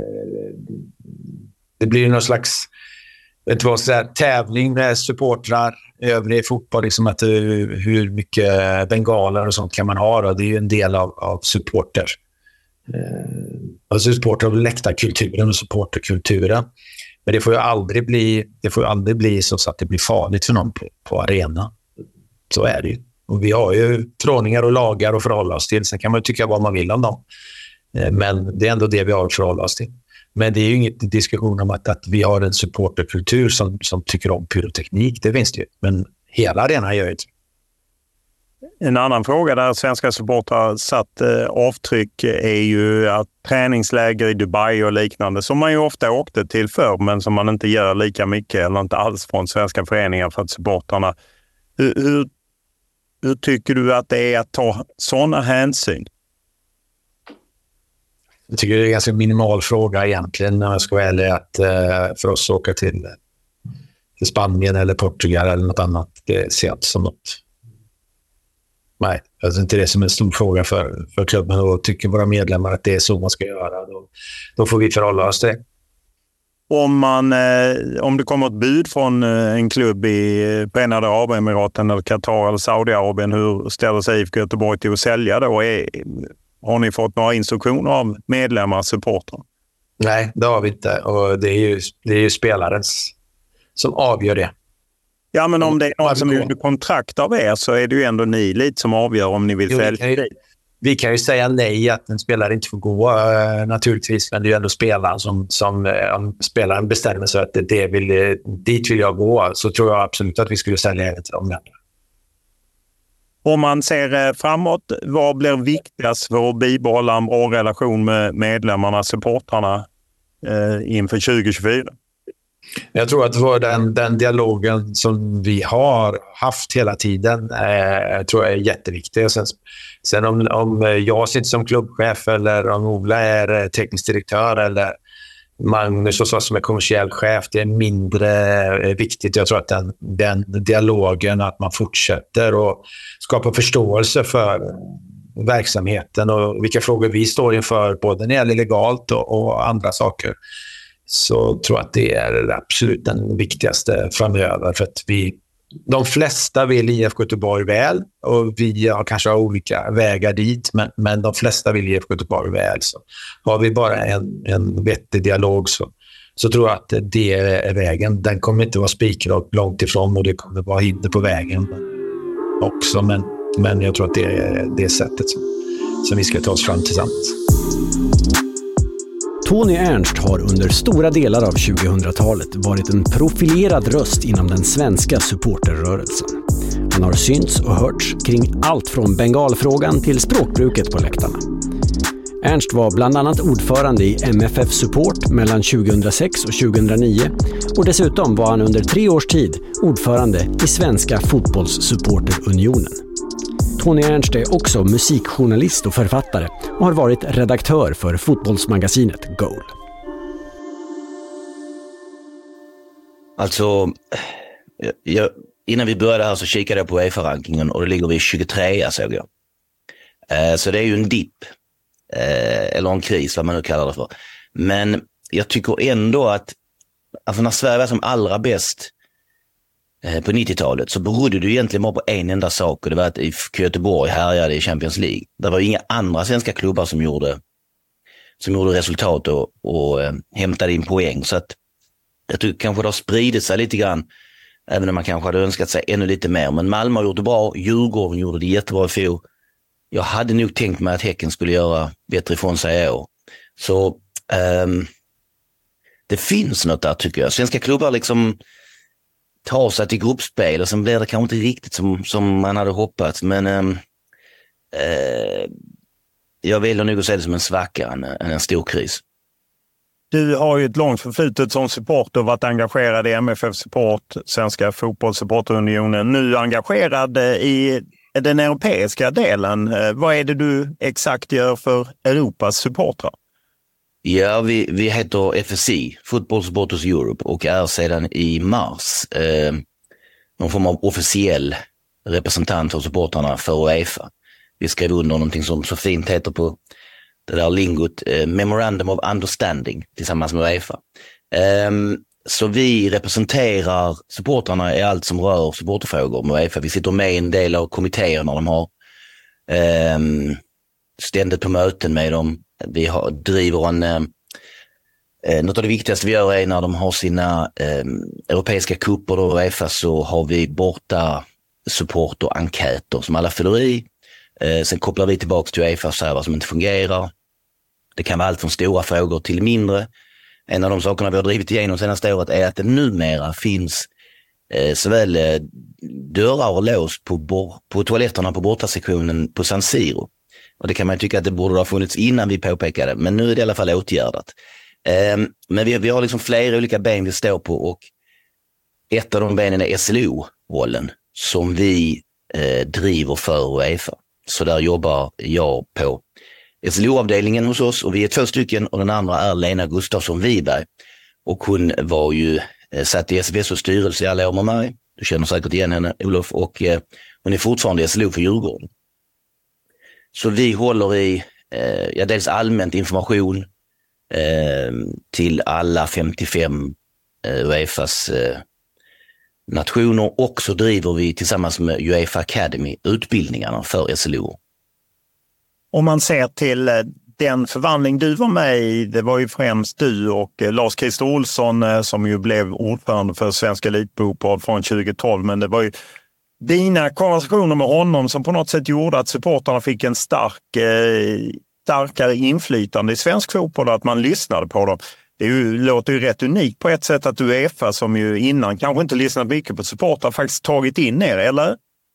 tävling med supportrar övrig fotboll, liksom att hur mycket bengaler och sånt kan man ha då? Det är ju en del av supporter. Alltså supporter av läktarkulturen och supporterkulturen. Men det får ju aldrig bli så att det blir farligt för någon på arena. Så är det ju. Och vi har ju förordningar och lagar att förhålla oss till. Sen kan man ju tycka vad man vill om dem. Men det är ändå det vi har att förhålla oss till. Men det är ju inget diskussion om att vi har en supporterkultur som tycker om pyroteknik. Det finns det ju. Men hela arenan gör ju inte. En annan fråga där svenska supportrar satt avtryck är ju att träningsläger i Dubai och liknande, som man ju ofta åkte till förr, men som man inte gör lika mycket eller inte alls från svenska föreningar för att supportrarna. Hur tycker du att det är att ta sådana hänsyn? Jag tycker det är en ganska minimal fråga egentligen, när jag ska vara ärlig, att för oss åka till Spanien eller Portugal eller något annat, det ser inte som något. Nej, jag tror inte det är som en stor fråga för klubben, och tycker våra medlemmar att det är så man ska göra, då får vi förhålla oss till det. Om det kommer ett bud från en klubb i Förenade Arabemiraten eller Qatar eller Saudiarabien, hur ställer sig IFK Göteborg till att sälja då? Har ni fått några instruktioner av medlemmar och supportrar? Nej, det har vi inte, och det är ju spelaren som avgör det. Ja, men om det är någon som är under kontrakt av er, så är det ju ändå ni lite som avgör om ni vill sälja det. Vi kan ju säga nej, att en spelare inte får gå naturligtvis, men det är ju ändå spelaren som om spelaren bestämmer sig att dit vill jag gå, så tror jag absolut att vi skulle sälja även till de länderna. Om man ser framåt, vad blir viktigast för att bibehålla en bra relation med medlemmarna, supportrarna inför 2024? Jag tror att den dialogen som vi har haft hela tiden tror jag är jätteviktig. Sen om jag sitter som klubbchef, eller om Ola är teknisk direktör, eller Magnus och så som är kommersiell chef, det är mindre viktigt. Jag tror att den dialogen, att man fortsätter och skapar förståelse för verksamheten och vilka frågor vi står inför, både när det gäller legalt och andra saker, så tror jag att det är absolut den viktigaste framöver. För att de flesta vill IFK Göteborg väl, och vi kanske har olika vägar dit, men de flesta vill IFK Göteborg väl. Så har vi bara en vettig dialog, så tror jag att det är vägen. Den kommer inte vara spikrak långt ifrån, och det kommer vara hinder på vägen också. Men jag tror att det är det sättet som vi ska ta oss fram tillsammans. Tony Ernst har under stora delar av 2000-talet varit en profilerad röst inom den svenska supporterrörelsen. Han har synts och hörts kring allt från bengalfrågan till språkbruket på läktarna. Ernst var bland annat ordförande i MFF Support mellan 2006 och 2009, och dessutom var han under 3 års tid ordförande i Svenska fotbollssupporterunionen. Tony Ernst är också musikjournalist och författare och har varit redaktör för fotbollsmagasinet Goal. Alltså, innan vi började här så kikade jag på UEFA-rankingen, och det ligger vi 23, såg jag. Så det är ju en dipp, eller en kris, vad man nu kallar det för. Men jag tycker ändå att alltså när Sverige var som allra bäst på 90-talet, så berodde det egentligen bara på en enda sak, och det var att IFK Göteborg härjade i Champions League. Det var inga andra svenska klubbar som gjorde resultat och hämtade in poäng. Så att jag tycker kanske det har spridit sig lite grann, även om man kanske hade önskat sig ännu lite mer. Men Malmö har gjort det bra, Djurgården gjorde det jättebra i fjol. Jag hade nog tänkt mig att Häcken skulle göra bättre ifrån sig i år. Så det finns något där, tycker jag. Svenska klubbar liksom tar sig till gruppspel, och sen blir det kanske inte riktigt som man hade hoppats. Men jag vill nog säga det som en svacka än en stor kris. Du har ju ett långt förflutet som supporter och varit engagerad i MFF Support, Svenska fotbollssupporterunionen. Nu engagerad i den europeiska delen. Vad är det du exakt gör för Europas supportrar? Ja, vi heter FSI, Football Supporters Europe, och är sedan i mars någon form av officiell representant för supportrarna för UEFA. Vi skrev under någonting som så fint heter på det där lingot Memorandum of Understanding tillsammans med UEFA. Så vi representerar supportrarna i allt som rör supporterfrågor med UEFA. Vi sitter med i en del av kommittéerna de har. Ständigt på möten med dem. Vi driver något av det viktigaste vi gör är när de har sina europeiska cuper och UEFA, så har vi borta support och enkäter som alla fyller i. Sen kopplar vi tillbaka till UEFA och säger vad som inte fungerar. Det kan vara allt från stora frågor till mindre. En av de sakerna vi har drivit igenom senaste året är att det numera finns såväl dörrar och lås på toaletterna på bortasektionen på San Siro. Och det kan man ju tycka att det borde ha funnits innan vi påpekade, men nu är det i alla fall åtgärdat. Men vi har liksom flera olika ben vi står på, och ett av de benen är SLO-rollen som vi driver för UEFA. Så där jobbar jag på SLO-avdelningen hos oss, och vi är 2 stycken, och den andra är Lena Gustafsson Wiberg, och hon var ju satt i SFS:s styrelse i alla år med mig. Du känner säkert igen henne, Olof, och hon är fortfarande SLO för Djurgården. Så vi håller i dels allmänt information till alla 55 UEFAs nationer, och så driver vi tillsammans med UEFA Academy utbildningarna för SLO. Om man ser till den förvandling du var med i, det var ju främst du och Lars-Christer Olsson som ju blev ordförande för Svenska Elitfotboll från 2012, men det var ju dina konversationer med honom som på något sätt gjorde att supportarna fick en starkare inflytande i svensk fotboll och att man lyssnade på dem. Det låter ju rätt unikt på ett sätt att UEFA, som ju innan kanske inte lyssnade mycket på supportrar, faktiskt tagit in er, eller?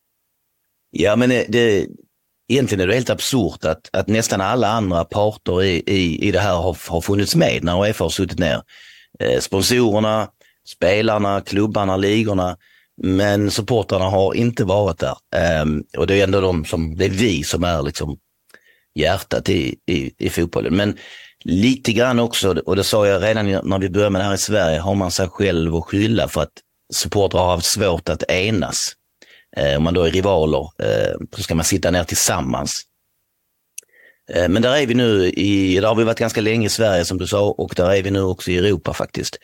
Ja, men egentligen är det helt absurt att nästan alla andra parter i det här har funnits med när UEFA har suttit ner. Sponsorerna, spelarna, klubbarna, ligorna, men supportrarna har inte varit där. Och det är ändå det är vi som är liksom hjärtat i fotbollen. Men lite grann också, och det sa jag redan när vi började med det här i Sverige, har man sig själv att skylla för att supportrar har haft svårt att enas. Om man då är rivaler så ska man sitta ner tillsammans. Men där är vi nu, där har vi varit ganska länge i Sverige som du sa, och där är vi nu också i Europa faktiskt.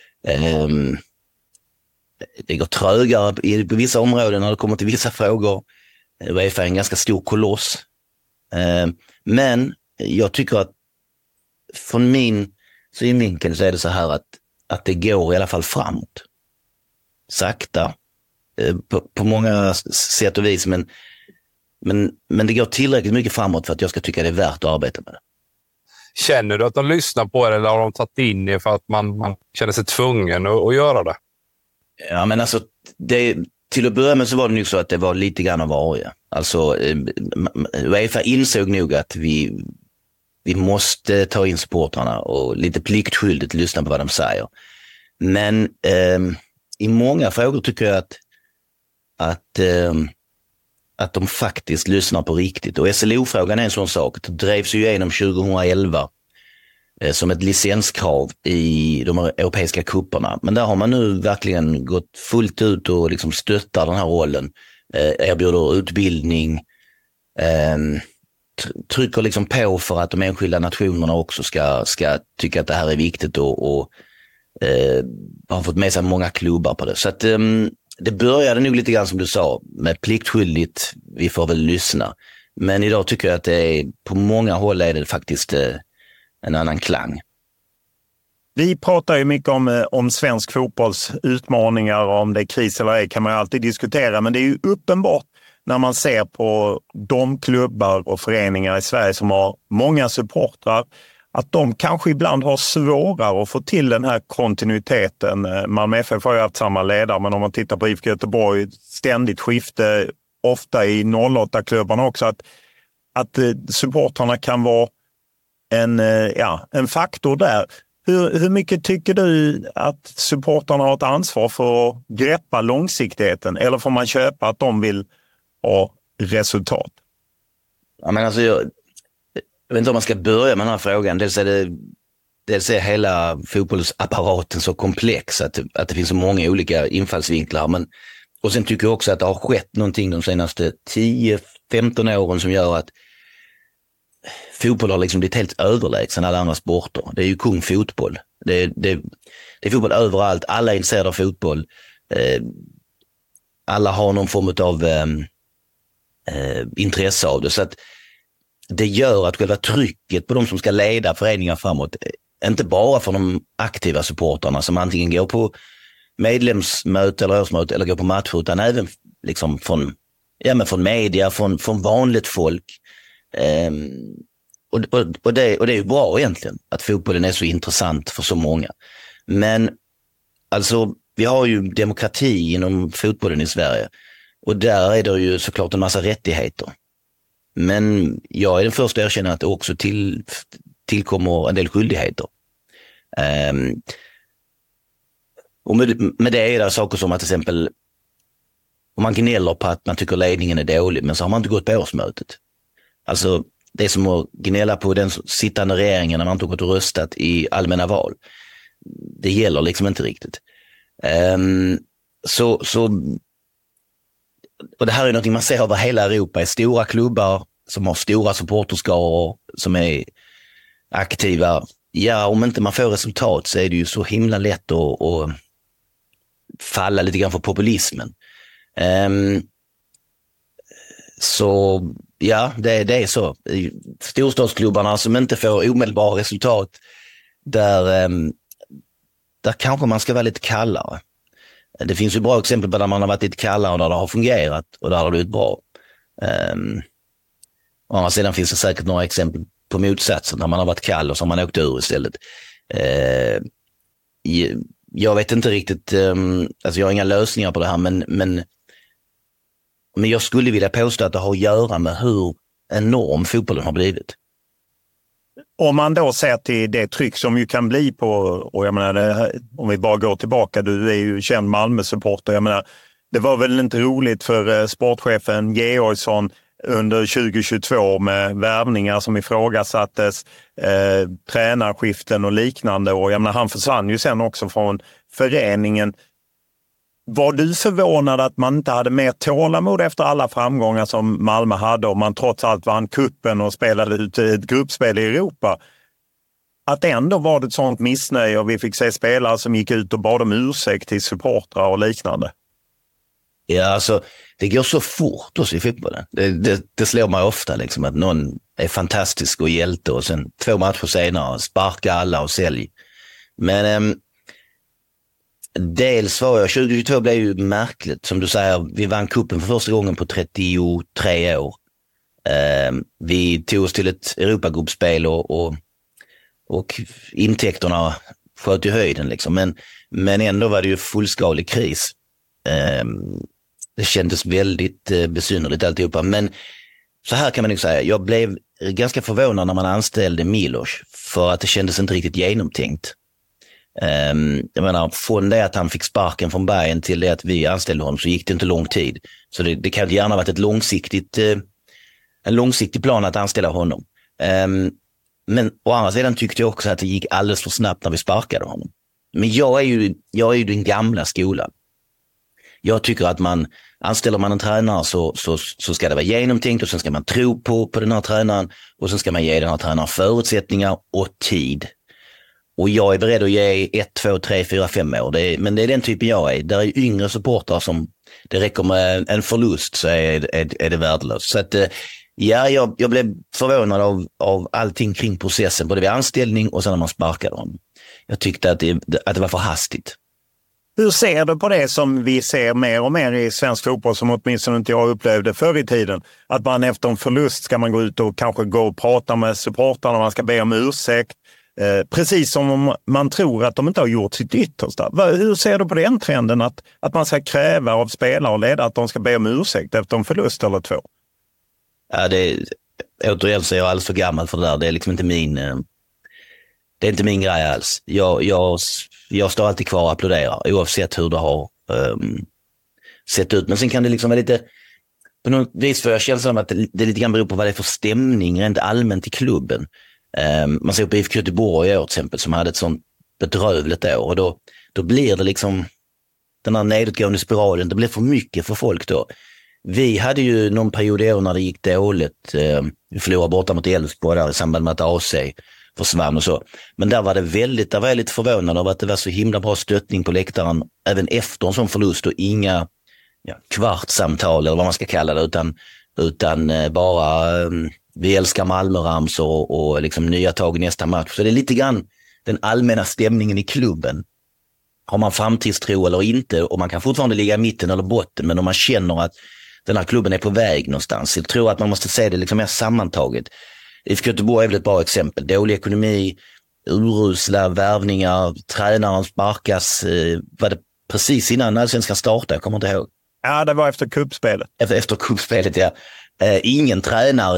Det går trögare på vissa områden när det kommer till vissa frågor. UEFA är en ganska stor koloss. Men jag tycker att från min synvinkel så är det så här att det går i alla fall framåt. Sakta. På många sätt och vis, men det går tillräckligt mycket framåt för att jag ska tycka det är värt att arbeta med det. Känner du att de lyssnar på det, eller har de tagit in det för att man känner sig tvungen att göra det? Ja, men alltså till att börja med så var det nog så att det var lite grann av varje. Alltså UEFA insåg nog att vi måste ta in supportrarna och lite pliktskyldigt lyssna på vad de säger. Men i många frågor tycker jag att de faktiskt lyssnar på riktigt. Och SLO-frågan är en sån sak. Det drevs ju igenom 2011 som ett licenskrav i de europeiska kupperna. Men där har man nu verkligen gått fullt ut och liksom stöttar den här rollen. Erbjuder utbildning. Trycker liksom på för att de enskilda nationerna också ska tycka att det här är viktigt, och har fått med sig många klubbar på det. Så att det började nog lite grann som du sa, med pliktskyldigt, vi får väl lyssna. Men idag tycker jag att det är, på många håll är det faktiskt en annan klang. Vi pratar ju mycket om svensk fotbolls utmaningar, och om det är kris eller ej kan man ju alltid diskutera, men det är ju uppenbart när man ser på de klubbar och föreningar i Sverige som har många supportrar, att de kanske ibland har svårare att få till den här kontinuiteten. Malmö FF har ju haft samma ledare, men om man tittar på IFK Göteborg, ständigt skifte, ofta i 08-klubbarna också, att supportrarna kan vara en faktor där. Hur mycket tycker du att supportrarna har ett ansvar för att greppa långsiktigheten, eller får man köpa att de vill ha resultat? Ja, men alltså jag vet inte om man ska börja med den här frågan. Dels är hela fotbollsapparaten så komplex att det finns så många olika infallsvinklar. Men Och sen tycker jag också att det har skett någonting de senaste 10-15 åren som gör att fotboll har liksom blivit helt överlägsen alla andra sporter. Det är ju kung fotboll. Det är fotboll överallt. Alla är intresserade av fotboll. Alla har någon form av intresse av det. Så att det gör att själva trycket på de som ska leda föreningar framåt, inte bara för de aktiva supportarna som antingen går på medlemsmöte eller årsmöte eller går på matcher, utan även liksom från media, från vanligt folk. Och det är ju bra egentligen att fotbollen är så intressant för så många. Men alltså, vi har ju demokrati inom fotbollen i Sverige och där är det ju såklart en massa rättigheter. Men jag är den första att erkänna att det också tillkommer en del skyldigheter. Och med det är det saker som att till exempel om man gnäller på att man tycker ledningen är dålig, men så har man inte gått på årsmötet. Alltså det är som att gnälla på den sittande regeringen när man inte gått och röstat i allmänna val. Det gäller liksom inte riktigt. Och det här är något man ser över hela Europa i stora klubbar som har stora supporterskaror som är aktiva. Ja, om inte man får resultat så är det ju så himla lätt att falla lite grann för populismen. Så ja, det är så. Storstadsklubbarna som inte får omedelbara resultat, där kanske man ska vara lite kallare. Det finns ju bra exempel på där man har varit lite kallare och där det har fungerat och där har det blivit bra. Å andra sidan finns det säkert några exempel på motsatsen där man har varit kall och så har man åkt ur istället. Jag vet inte riktigt, alltså jag har inga lösningar på det här, men jag skulle vilja påstå att det har att göra med hur enorm fotbollen har blivit. Om man då ser till det tryck som ju kan bli på, och jag menar, om vi bara går tillbaka, du är ju känd Malmö-supporter, jag menar, det var väl inte roligt för sportchefen Georgsson under 2022 med värvningar som ifrågasattes, tränarskiften och liknande, och jag menar, han försvann ju sen också från föreningen. Var du förvånad att man inte hade mer tålamod efter alla framgångar som Malmö hade och man trots allt vann kuppen och spelade ut ett gruppspel i Europa? Att ändå var det ett sånt missnöje och vi fick se spelare som gick ut och bad om ursäkt till supportrar och liknande. Ja, alltså det går så fort också i fotbollen. Det slår mig ofta liksom att någon är fantastisk och hjälte och sen 2 matcher senare sparka alla och sälj. Men dels var 2022 blev ju märkligt. Som du säger, vi vann kuppen för första gången på 33 år. Vi tog oss till ett Europagruppspel och intäkterna sköt i höjden liksom. Men ändå var det ju fullskalig kris. Det kändes väldigt besynnerligt alltihopa. Men så här kan man ju säga, jag blev ganska förvånad när man anställde Milos för att det kändes inte riktigt genomtänkt. Jag menar, från det att han fick sparken från Bayern till det att vi anställde honom så gick det inte lång tid. Så det kan gärna ha varit en långsiktig plan att anställa honom. Men å andra sidan tyckte jag också att det gick alldeles för snabbt när vi sparkade honom. Men jag är ju den gamla skolan. Jag tycker att anställer man en tränare så ska det vara genomtänkt och sen ska man tro på den här tränaren och sen ska man ge den här tränaren förutsättningar och tid. Och jag är beredd att ge 1, 2, 3, 4, 5 år. Men det är den typen jag är. Där är yngre supportrar som det räcker med en förlust så är det värdelöst. Så att ja, jag blev förvånad av allting kring processen, både vid anställning och sen när man sparkade honom. Jag tyckte att det var för hastigt. Hur ser du på det som vi ser mer och mer i svensk fotboll, som åtminstone inte jag upplevde förr i tiden? Att man efter en förlust ska man gå ut och kanske gå och prata med supportarna, man ska be om ursäkt. Precis som om man tror att de inte har gjort sitt yttersta. Hur ser du på den trenden att man ska kräva av spelare och ledare att de ska be om ursäkt efter en förlust eller 2? Ja, återigen så är jag alldeles för gammal för det där. Det är liksom inte det är inte min grej alls. Jag står alltid kvar och applåderar oavsett hur det har sett ut. Men sen kan det liksom vara lite, på något vis får jag känslan att det lite grann beror på vad det är för stämning rent allmänt i klubben. Man ser på IFK Göteborg i år till exempel som hade ett sånt bedrövligt år och då blir det liksom, den här nedåtgående spiralen, det blev för mycket för folk då. Vi hade ju någon period i år när det gick dåligt. Vi förlorade borta mot Elfsborg där i samband med att AC försvann och så. Men där var jag lite förvånad över att det var så himla bra stöttning på läktaren även efter en sån förlust och inga kvartssamtal eller vad man ska kalla det, utan bara vi älskar Malmö-ramsor och liksom nya tag i nästa match. Så det är lite grann den allmänna stämningen i klubben. Har man framtidstro eller inte, och man kan fortfarande ligga i mitten eller botten, men om man känner att den här klubben är på väg någonstans. Jag tror att man måste se det liksom mer sammantaget. IFK Göteborg är väl ett bra exempel. Dålig ekonomi, urusla värvningar, tränaren sparkas. Var det precis innan Allsvenskan startade? Jag kommer inte ihåg. Ja, det var efter kuppspelet. Efter kuppspelet, ja. Ingen tränare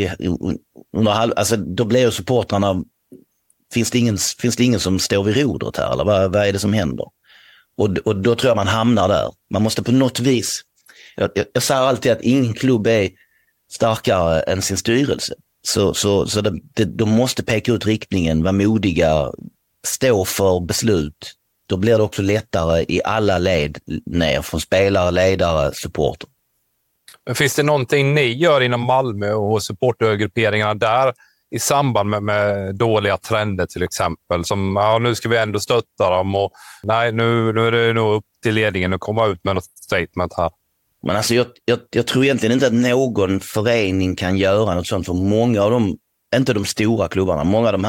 alltså då blir ju supportrarna, finns det ingen som står vid rodret här, eller vad är det som händer? Och då tror jag man hamnar där. Man måste på något vis, jag säger alltid att ingen klubb är starkare än sin styrelse. Så de måste peka ut riktningen, vara modiga, stå för beslut. Då blir det också lättare i alla led ner, från spelare, ledare, supporter. Men finns det någonting ni gör inom Malmö och supportergrupperingarna där i samband med dåliga trender till exempel? Som nu ska vi ändå stötta dem och nej, nu är det nog upp till ledningen att komma ut med något statement här. Men alltså jag tror egentligen inte att någon förening kan göra något sånt, för många av dem, inte de stora klubbarna,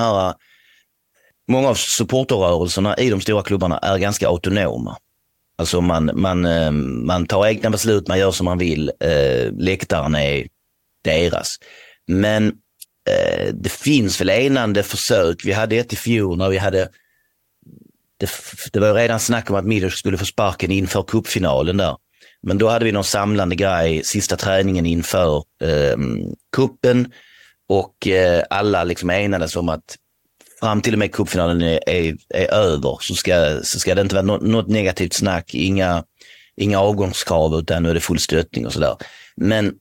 många av supporterrörelserna i de stora klubbarna är ganska autonoma. Alltså man tar egna beslut, man gör som man vill, läktaren är deras. Men det finns väl enande försök. Vi hade ett i fjol när vi hade, det var redan snack om att Milos skulle få sparken inför cupfinalen där. Men då hade vi någon samlande grej, sista träningen inför kuppen, och alla liksom enades om att fram till och med cupfinalen är över så ska det inte vara något negativt snack, inga avgångskrav, utan nu är det full stöttning och sådär. Men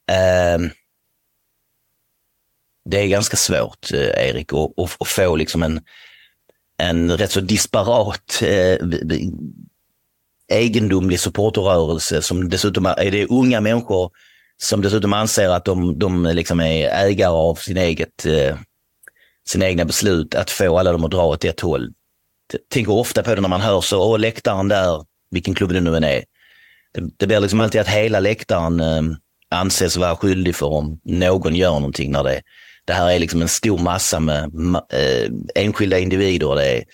det är ganska svårt, Erik, att få liksom en rätt så disparat egendomlig supporterrörelse som dessutom är det unga människor som dessutom anser att de liksom är ägare av sina egna beslut, att få alla dem att dra åt ett håll. Jag tänker ofta på det när man hör så, läktaren där, vilken klubb det nu än är. Det blir liksom alltid att hela läktaren anses vara skyldig för om någon gör någonting, när det här är liksom en stor massa med enskilda individer, och det är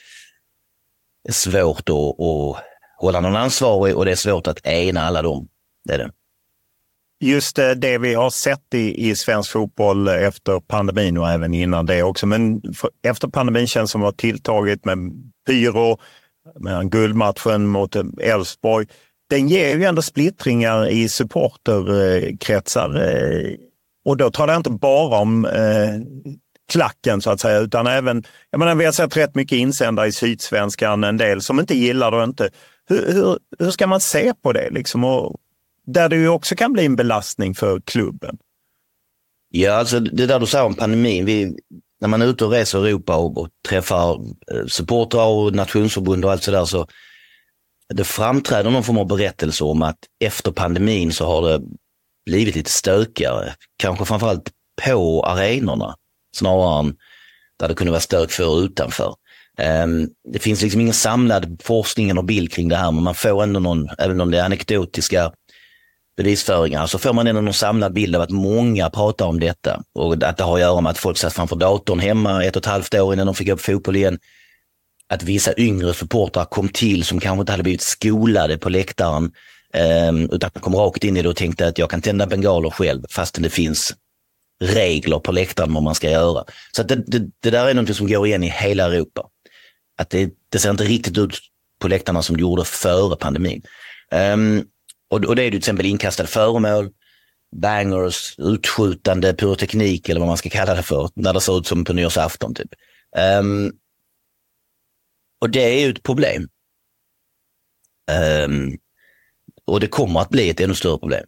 svårt att hålla någon ansvarig, och det är svårt att ena alla dem. Det är det. Just det vi har sett i svensk fotboll efter pandemin och även innan det också. Men efter pandemin känns som att det har tilltagit med pyro, med guldmatchen mot Elfsborg. Den ger ju ändå splittringar i supporterkretsar. Och då talar jag inte bara om klacken så att säga, utan även, jag menar, vi har sett rätt mycket insändare i Sydsvenskan, en del som inte gillar det och inte. Hur ska man se på det liksom? Och där det ju också kan bli en belastning för klubben. Ja, alltså det där du sa om pandemin. När man är ute och reser i Europa och träffar supportrar och nationsförbund och allt sådär, så det framträder någon form av berättelse om att efter pandemin så har det blivit lite stökigare. Kanske framförallt på arenorna snarare än där det kunde vara stök för och utanför. Det finns liksom ingen samlad forskning och bild kring det här, men man får ändå även om det är anekdotiska bevisföringar, så får man ändå någon samlad bild av att många pratar om detta, och att det har att göra med att folk satt framför datorn hemma 1,5 år innan de fick upp fotboll igen. Att vissa yngre supportrar kom till som kanske inte hade blivit skolade på läktaren, utan kom rakt in i det och tänkte att jag kan tända bengaler själv, fastän det finns regler på läktaren vad man ska göra. Så att det där är något som går igen i hela Europa. Att det ser inte riktigt ut på läktarna som det gjorde före pandemin. Och det är till exempel inkastade föremål, bangers, utskjutande pyroteknik eller vad man ska kalla det för, när det ser ut som på nyårsafton typ. Och det är ju ett problem. Och det kommer att bli ett ännu större problem.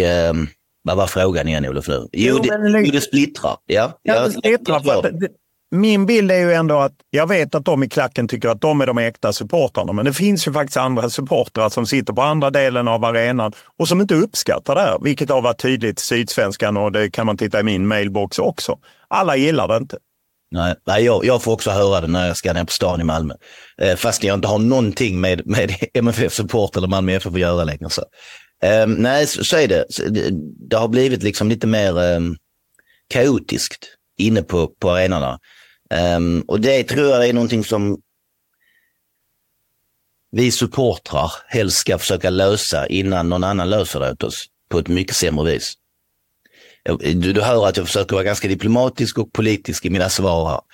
Vad var frågan igen, Olof? Jo, det splittrar. Ja, det splittrar. min bild är ju ändå att jag vet att de i klacken tycker att de är de äkta supportarna. Men det finns ju faktiskt andra supportrar som sitter på andra delen av arenan och som inte uppskattar det här. Vilket har varit tydligt i Sydsvenskan och det kan man titta i min mailbox också. Alla gillar det inte. Nej, jag får också höra det när jag ska ner på stan i Malmö. Fast jag inte har någonting med MFF-support eller Malmö FF att göra längre. Så. Nej, så är det. Det har blivit liksom lite mer kaotiskt inne på arenorna. Och det tror jag är någonting som vi supportrar helst ska försöka lösa innan någon annan löser det åt oss på ett mycket sämre vis. Du hör att jag försöker vara ganska diplomatisk och politisk i mina svar här.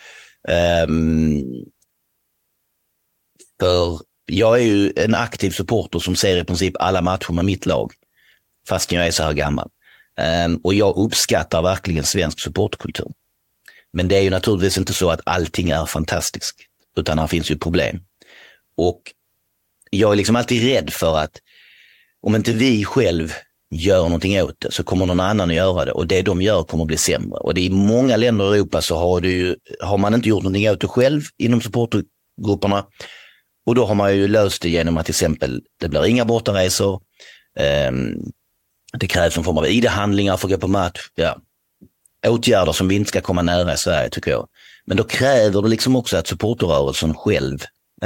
För jag är ju en aktiv supporter som ser i princip alla matcher med mitt lag, fast jag är så här gammal. Och jag uppskattar verkligen svensk supportkultur. Men det är ju naturligtvis inte så att allting är fantastiskt, utan här finns ju problem. Och jag är liksom alltid rädd för att om inte vi själv gör någonting åt det så kommer någon annan att göra det, och det de gör kommer att bli sämre. Och det är i många länder i Europa så har man inte gjort någonting åt det själv inom supportergrupperna, och då har man ju löst det genom att till exempel det blir inga bortaresor, det krävs en form av ID-handlingar för att gå på match. Ja. Åtgärder som vi inte ska komma nära i Sverige, tycker jag. Men då kräver det liksom också att supporterrörelsen själv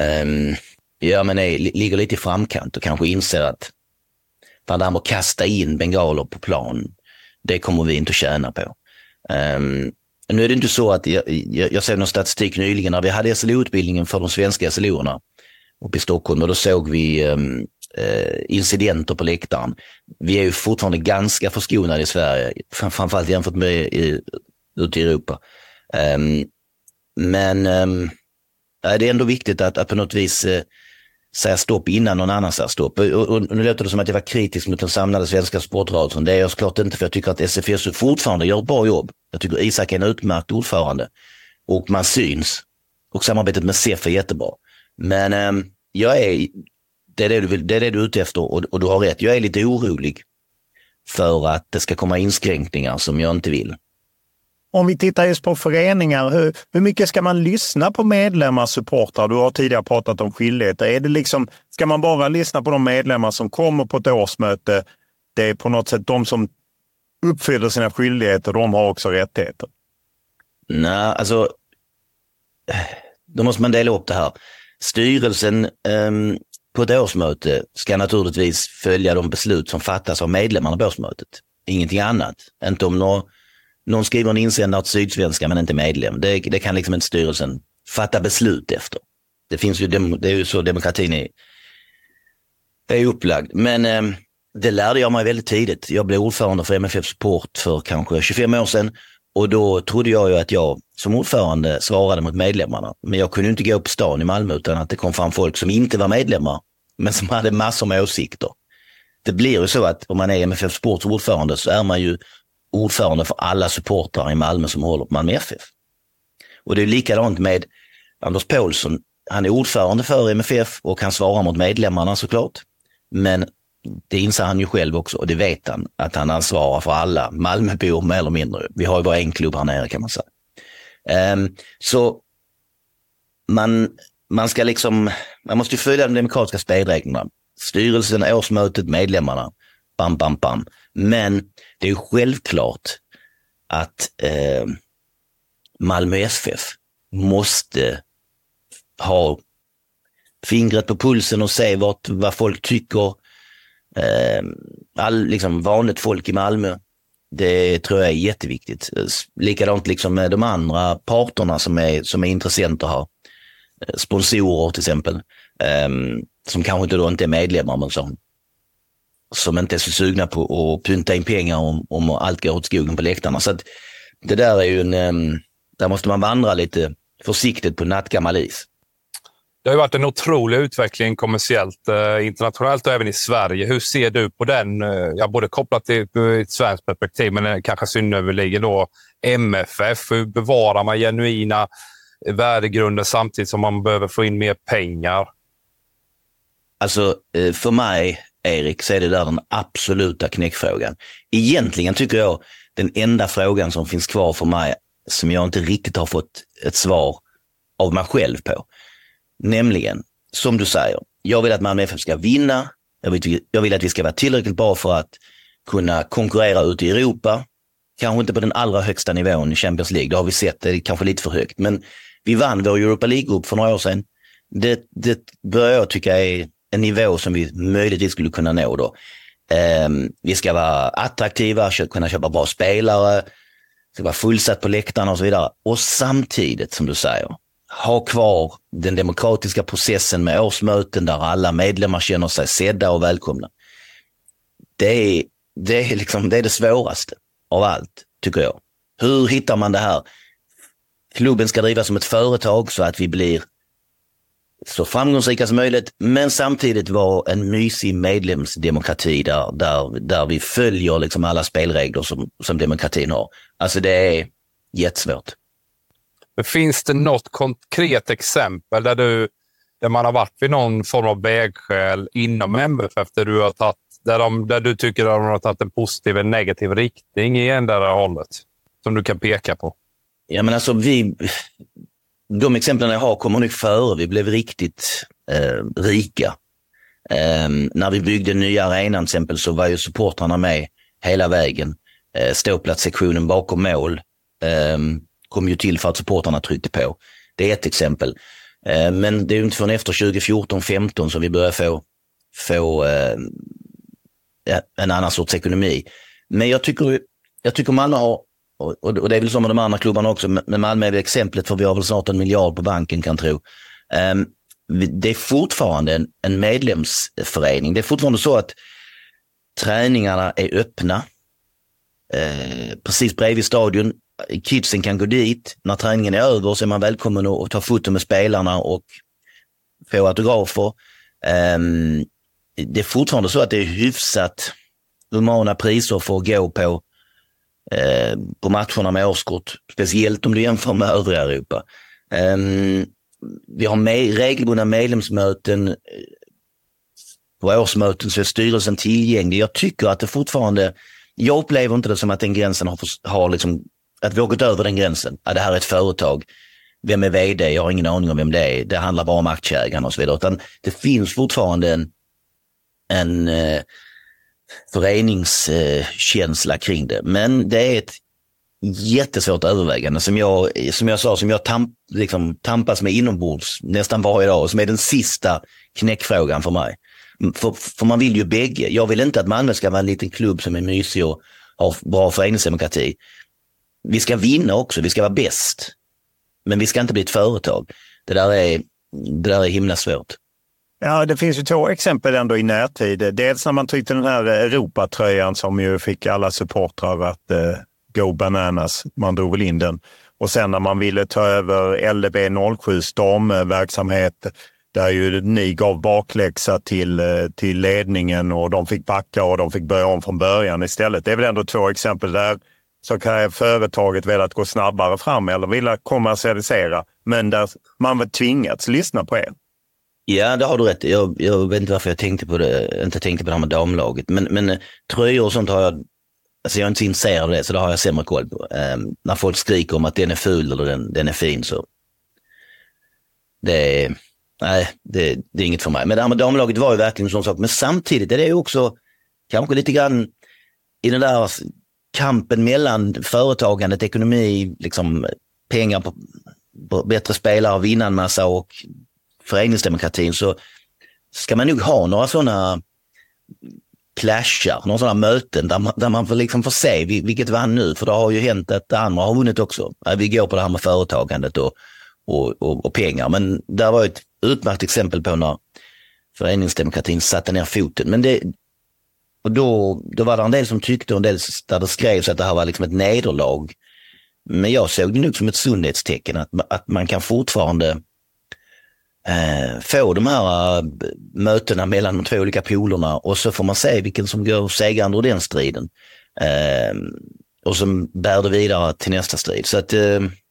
ligger lite i framkant och kanske inser att det här med att kasta in bengaler på plan, det kommer vi inte att tjäna på. Nu är det inte så att jag ser någon statistik nyligen när vi hade SLO-utbildningen för de svenska SLO-erna uppe i Stockholm, och då såg vi incidenter på läktaren. Vi är ju fortfarande ganska förskonade i Sverige, framförallt jämfört med ute i Europa. Men det är ändå viktigt att på något vis säga stopp innan någon annan säger stopp. Och nu låter det som att jag var kritisk mot den samlade svenska sportrörelsen. Det är jag såklart inte, för jag tycker att SFS fortfarande gör ett bra jobb. Jag tycker Isak är en utmärkt ordförande och man syns. Och samarbetet med SEF är jättebra. Men det är det du är ute efter, och du har rätt. Jag är lite orolig för att det ska komma inskränkningar som jag inte vill. Om vi tittar just på föreningar, hur mycket ska man lyssna på medlemmar, supportrar? Du har tidigare pratat om skyldigheter. Är det liksom, ska man bara lyssna på de medlemmar som kommer på ett årsmöte? Det är på något sätt de som uppfyller sina skyldigheter, de har också rättigheter. Nej, alltså då måste man dela upp det här. Styrelsen på ett årsmöte ska naturligtvis följa de beslut som fattas av medlemmarna på årsmötet. Ingenting annat. Inte om någon skriver en insändare till Sydsvenskan men inte medlem. Det kan liksom inte styrelsen fatta beslut efter. Det är ju så demokratin är upplagd. Men det lärde jag mig väldigt tidigt. Jag blev ordförande för MFF Support för kanske 25 år sedan. Och då trodde jag ju att jag som ordförande svarade mot medlemmarna. Men jag kunde inte gå på stan i Malmö utan att det kom fram folk som inte var medlemmar, men som hade massor med åsikter. Det blir ju så att om man är MFF Sports ordförande så är man ju ordförande för alla supportrar i Malmö som håller på Malmö FF. Och det är likadant med Anders Paulsson. Han är ordförande för MFF och han svarar mot medlemmarna såklart. Men det inser han ju själv också, och det vet han, att han ansvarar för alla Malmöbor mer eller mindre. Vi har ju bara en klubb här nere, kan man säga. Så man ska liksom, man måste ju följa de demokratiska spelreglerna. Styrelsen, årsmötet, medlemmarna. Bam, bam, bam. Men det är ju självklart att Malmö FF måste ha fingret på pulsen och se vad folk tycker. Liksom vanligt folk i Malmö, det tror jag är jätteviktigt. Likadant liksom med de andra parterna som är intressenter här, sponsorer till exempel, som kanske inte är medlemmar men som inte är så sugna på att pynta in pengar om allt går åt skogen på läktarna. Så att det där är ju där måste man vandra lite försiktigt på nattgammal is. Det har ju varit en otrolig utveckling kommersiellt, internationellt och även i Sverige. Hur ser du på den? Både kopplat till ett svenskt perspektiv, men kanske synnerligen då MFF. Hur bevarar man genuina värdegrunder samtidigt som man behöver få in mer pengar? Alltså för mig, Erik, så är det där den absoluta knäckfrågan. Egentligen tycker jag den enda frågan som finns kvar för mig som jag inte riktigt har fått ett svar av mig själv på. Nämligen, som du säger, jag vill att Malmö FF ska vinna. Jag vill att vi ska vara tillräckligt bra för att kunna konkurrera ut i Europa. Kanske inte på den allra högsta nivån i Champions League. Det har vi sett, det är kanske lite för högt. Men vi vann vår Europa League-grupp för några år sedan. Det börjar jag tycka är en nivå som vi möjligtvis skulle kunna nå då. Vi ska vara attraktiva, kunna köpa bra spelare, ska vara fullsatt på läktarna och så vidare. Och samtidigt, som du säger, ha kvar den demokratiska processen med årsmöten där alla medlemmar känner sig sedda och välkomna. Det är det svåraste av allt, tycker jag. Hur hittar man det här? Klubben ska drivas som ett företag så att vi blir så framgångsrika som möjligt, men samtidigt vara en mysig medlemsdemokrati där vi följer liksom alla spelregler som demokratin har. Alltså det är jättesvårt. Finns det något konkret exempel där man har varit vid någon form av vägskäl inom MFF där du tycker att de har tagit en positiv eller negativ riktning i ändra hållet som du kan peka på? Ja, men alltså de exemplen jag har kommer nog före. Vi blev riktigt rika. När vi byggde nya arenan till exempel så var ju supportrarna med hela vägen. Ståplatssektionen bakom mål kom ju till för att supportrarna tryckte på. Det är ett exempel. Men det är ju inte förrän efter 2014-15 som vi börjar få en annan sorts ekonomi. Men jag tycker Malmö har, och det är väl som med de andra klubbarna också, men Malmö är väl exemplet för vi har väl snart 1 miljard på banken kan tro. Det är fortfarande en medlemsförening. Det är fortfarande så att träningarna är öppna. Precis bredvid stadion. Kidsen kan gå dit. När träningen är över så är man välkommen att ta foto med spelarna och få autografer. Det är fortfarande så att det är hyfsat humana priser för att gå på matcherna med årskort. Speciellt om du jämför med övriga Europa. Vi har regelbundna medlemsmöten. På årsmöten så är styrelsen tillgänglig. Jag tycker att det fortfarande, jag upplever inte det som att den gränsen har liksom, att vi har gått över den gränsen. Att det här är ett företag. Vem är vd? Jag har ingen aning om vem det är. Det handlar bara om aktieägarna och så vidare. Utan det finns fortfarande en föreningskänsla kring det. Men det är ett jättesvårt övervägande som jag tampas med inombords nästan varje dag och som är den sista knäckfrågan för mig. För man vill ju bägge. Jag vill inte att Malmö ska vara en liten klubb som är mysig och har bra föreningsdemokrati. Vi ska vinna också, vi ska vara bäst. Men vi ska inte bli ett företag. Det där är himla svårt. Ja, det finns ju 2 exempel ändå i närtid. Dels när man tryckte den här Europatröjan som ju fick alla supportrar att go bananas. Man drog väl in den. Och sen när man ville ta över LDB 07s damverksamhet där ju ni gav bakläxa till ledningen och de fick backa och de fick börja om från början istället. Det är väl ändå 2 exempel där så kan företaget velat gå snabbare fram eller vilja kommersialisera, men där man var tvingats lyssna på er. Ja, det har du rätt. Jag vet inte varför jag inte tänkte på det här med damlaget, men tröjor och sånt har jag, alltså jag är inte så intresserad av det, så det har jag sämre koll på. När folk skriker om att den är ful eller den är fin, så det är inget för mig. Men det här med damlaget var ju verkligen en sån sak, men samtidigt är det ju också kanske lite grann i den där kampen mellan företagandet, ekonomi, liksom pengar på bättre spelare, vinna en massa och föreningsdemokratin, så ska man nog ha några sådana clashar, några sådana möten där man får se vilket vann nu, för det har ju hänt att det andra har vunnit också. Vi går på det här med företagandet och pengar, men det var ett utmärkt exempel på när föreningsdemokratin satte ner foten. Men då var det en del som tyckte, och en del där det skrevs att det här var liksom ett nederlag. Men jag såg det nog som ett sundhetstecken att man kan fortfarande få de här mötena mellan de 2 olika polerna, och så får man se vilken som går segrande ur den striden. Och som bär det vidare till nästa strid. Så att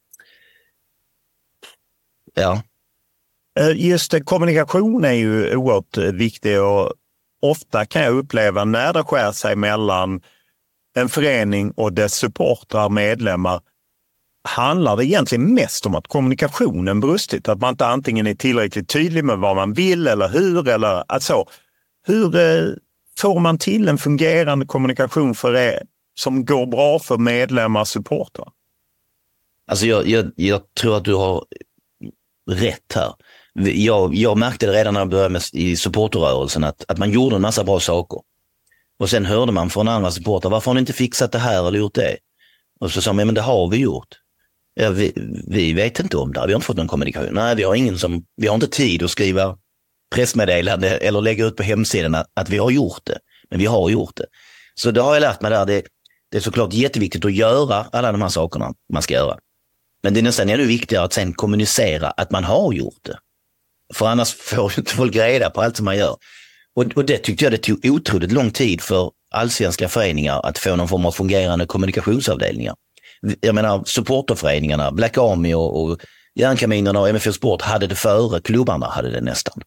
ja. Just kommunikation är ju oerhört viktig, och ofta kan jag uppleva när det skär sig mellan en förening och dess supportrar, medlemmar, handlar det egentligen mest om att kommunikationen brustit? Att man inte antingen är tillräckligt tydlig med vad man vill eller hur, eller alltså, hur får man till en fungerande kommunikation för det som går bra för medlemmar och supportrar? Alltså jag tror att du har rätt här. Jag märkte det redan när jag började i supporterrörelsen att man gjorde en massa bra saker. Och sen hörde man från andra supportrar, varför har ni inte fixat det här eller gjort det? Och så sa man, men det har vi gjort. Ja, vi vet inte om det, vi har inte fått någon kommunikation. Nej, vi har inte tid att skriva pressmeddelande eller lägga ut på hemsidan att vi har gjort det. Men vi har gjort det. Så det har jag lärt mig där. Det är såklart jätteviktigt att göra alla de här sakerna man ska göra. Men det är nästan ännu viktigare att sen kommunicera att man har gjort det. För annars får inte folk reda på allt som man gör. Och det tyckte jag det tog otroligt lång tid för allsvenska föreningar att få någon form av fungerande kommunikationsavdelningar. Jag menar, supporterföreningarna, Black Army och Järnkaminerna och MFF Sport hade det före, klubbarna hade det nästan.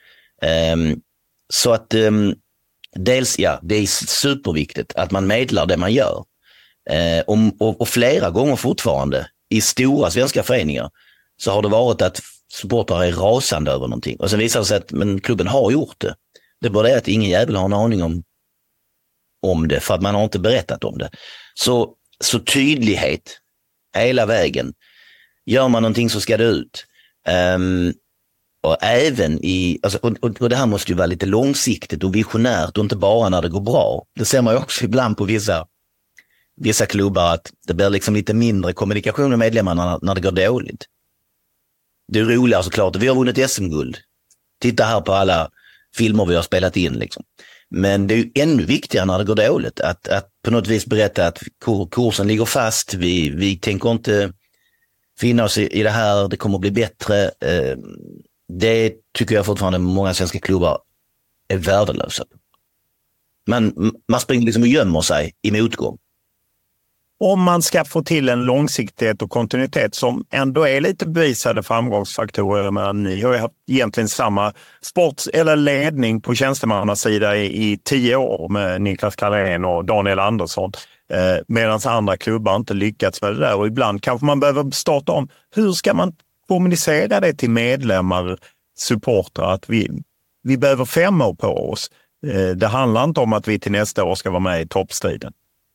Så att dels, ja, det är superviktigt att man medlar det man gör. Och flera gånger fortfarande i stora svenska föreningar så har det varit att supportrar är rasande över någonting. Och sen visar det sig att men klubben har gjort det. Det är bara det att ingen jävel har en aning om det för att man har inte berättat om det. Så tydlighet hela vägen. Gör man någonting så ska det ut. Och även och det här måste ju vara lite långsiktigt och visionärt och inte bara när det går bra. Det ser man ju också ibland på vissa klubbar att det blir liksom lite mindre kommunikation med medlemmarna när det går dåligt. Det är roligare såklart. Vi har vunnit SM-guld. Titta här på alla filmer vi har spelat in liksom. Men det är ju ännu viktigare när det går dåligt att på något vis berätta att kursen ligger fast. Vi tänker inte finna oss i det här. Det kommer att bli bättre. Det tycker jag fortfarande många svenska klubbar är värdelösa. Men man springer liksom och gömmer sig i motgång. Om man ska få till en långsiktighet och kontinuitet som ändå är lite bevisade framgångsfaktorer. Men ni har ju haft egentligen samma sports- eller ledning på tjänstemannasida i 10 år med Niklas Carlén och Daniel Andersson. Medan andra klubbar inte lyckats med det där. Och ibland kanske man behöver starta om. Hur ska man kommunicera det till medlemmar, supportrar, att vi behöver 5 år på oss. Det handlar inte om att vi till nästa år ska vara med i toppstriden.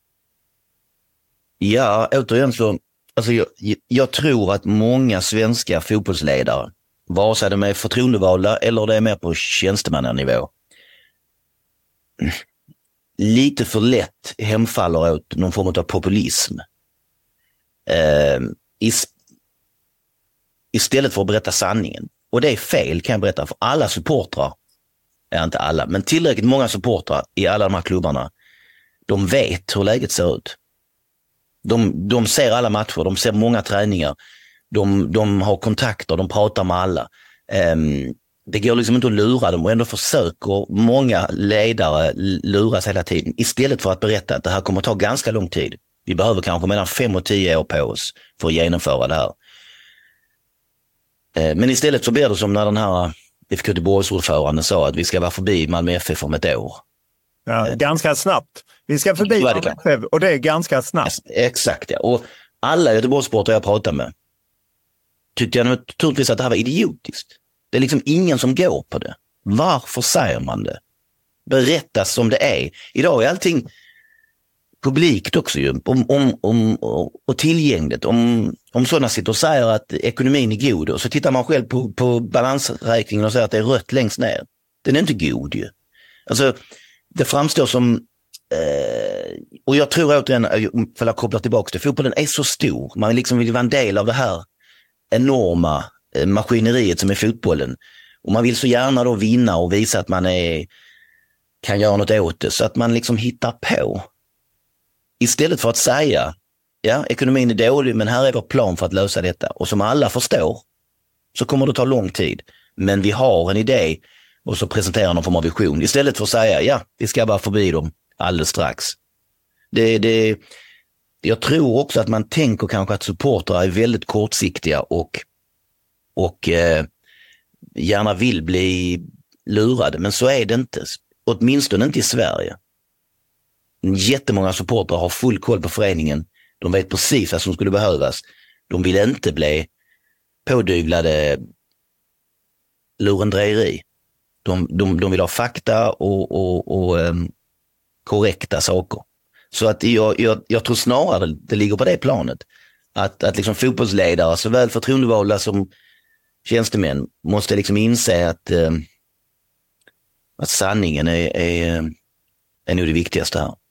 Ja, återigen så, alltså jag tror att många svenska fotbollsledare, vare sig de är förtroendevalda eller det är mer på tjänstemannanivå, lite för lätt hemfaller åt någon form av populism. Istället för att berätta sanningen. Och det är fel, kan jag berätta, för alla supportrar, inte alla, men tillräckligt många supportrar i alla de här klubbarna, de vet hur läget ser ut. De ser alla matcher, de ser många träningar, de har kontakter, de pratar med alla. Det går liksom inte att lura dem och ändå försöker många ledare luras hela tiden. Istället för att berätta att det här kommer att ta ganska lång tid. Vi behöver kanske mellan 5 och 10 år på oss för att genomföra det här. Men istället så blir det som när den här IFK Göteborgs-ordföranden sa att vi ska vara förbi Malmö FF om ett år. Ja, ganska snabbt. Vi ska förbi Malmö FF och det är ganska snabbt. Exakt, ja. Och alla Göteborgssportare jag pratar med tyckte jag naturligtvis att det här var idiotiskt. Det är liksom ingen som går på det. Varför säger man det? Berättas som det är. Idag är allting publikt också ju. Och tillgängligt. Om sådana sitter och säger att ekonomin är god och så tittar man själv på balansräkningen och säger att det är rött längst ner. Den är inte god ju. Alltså, det framstår som och jag tror återigen, för att koppla tillbaka till fotbollen, är så stor. Man liksom vill vara en del av det här enorma maskineriet som är fotbollen. Och man vill så gärna då vinna och visa att man kan göra något åt det. Så att man liksom hittar på. Istället för att säga, ja, ekonomin är dålig men här är vår plan för att lösa detta. Och som alla förstår så kommer det ta lång tid. Men vi har en idé och så presenterar någon form av vision. Istället för att säga, ja, vi ska bara förbi dem alldeles strax. Jag tror också att man tänker kanske att supportrar är väldigt kortsiktiga och gärna vill bli lurade. Men så är det inte. Åtminstone inte i Sverige. Jättemånga supportrar har full koll på föreningen. De vet precis vad som skulle behövas. De vill inte bli pådyvlade lurendrejeri. De vill ha fakta och korrekta saker. Så att jag tror snarare det ligger på det planet. Att liksom fotbollsledare, såväl förtroendevalda som tjänstemän, måste liksom inse att sanningen är nog det viktigaste här.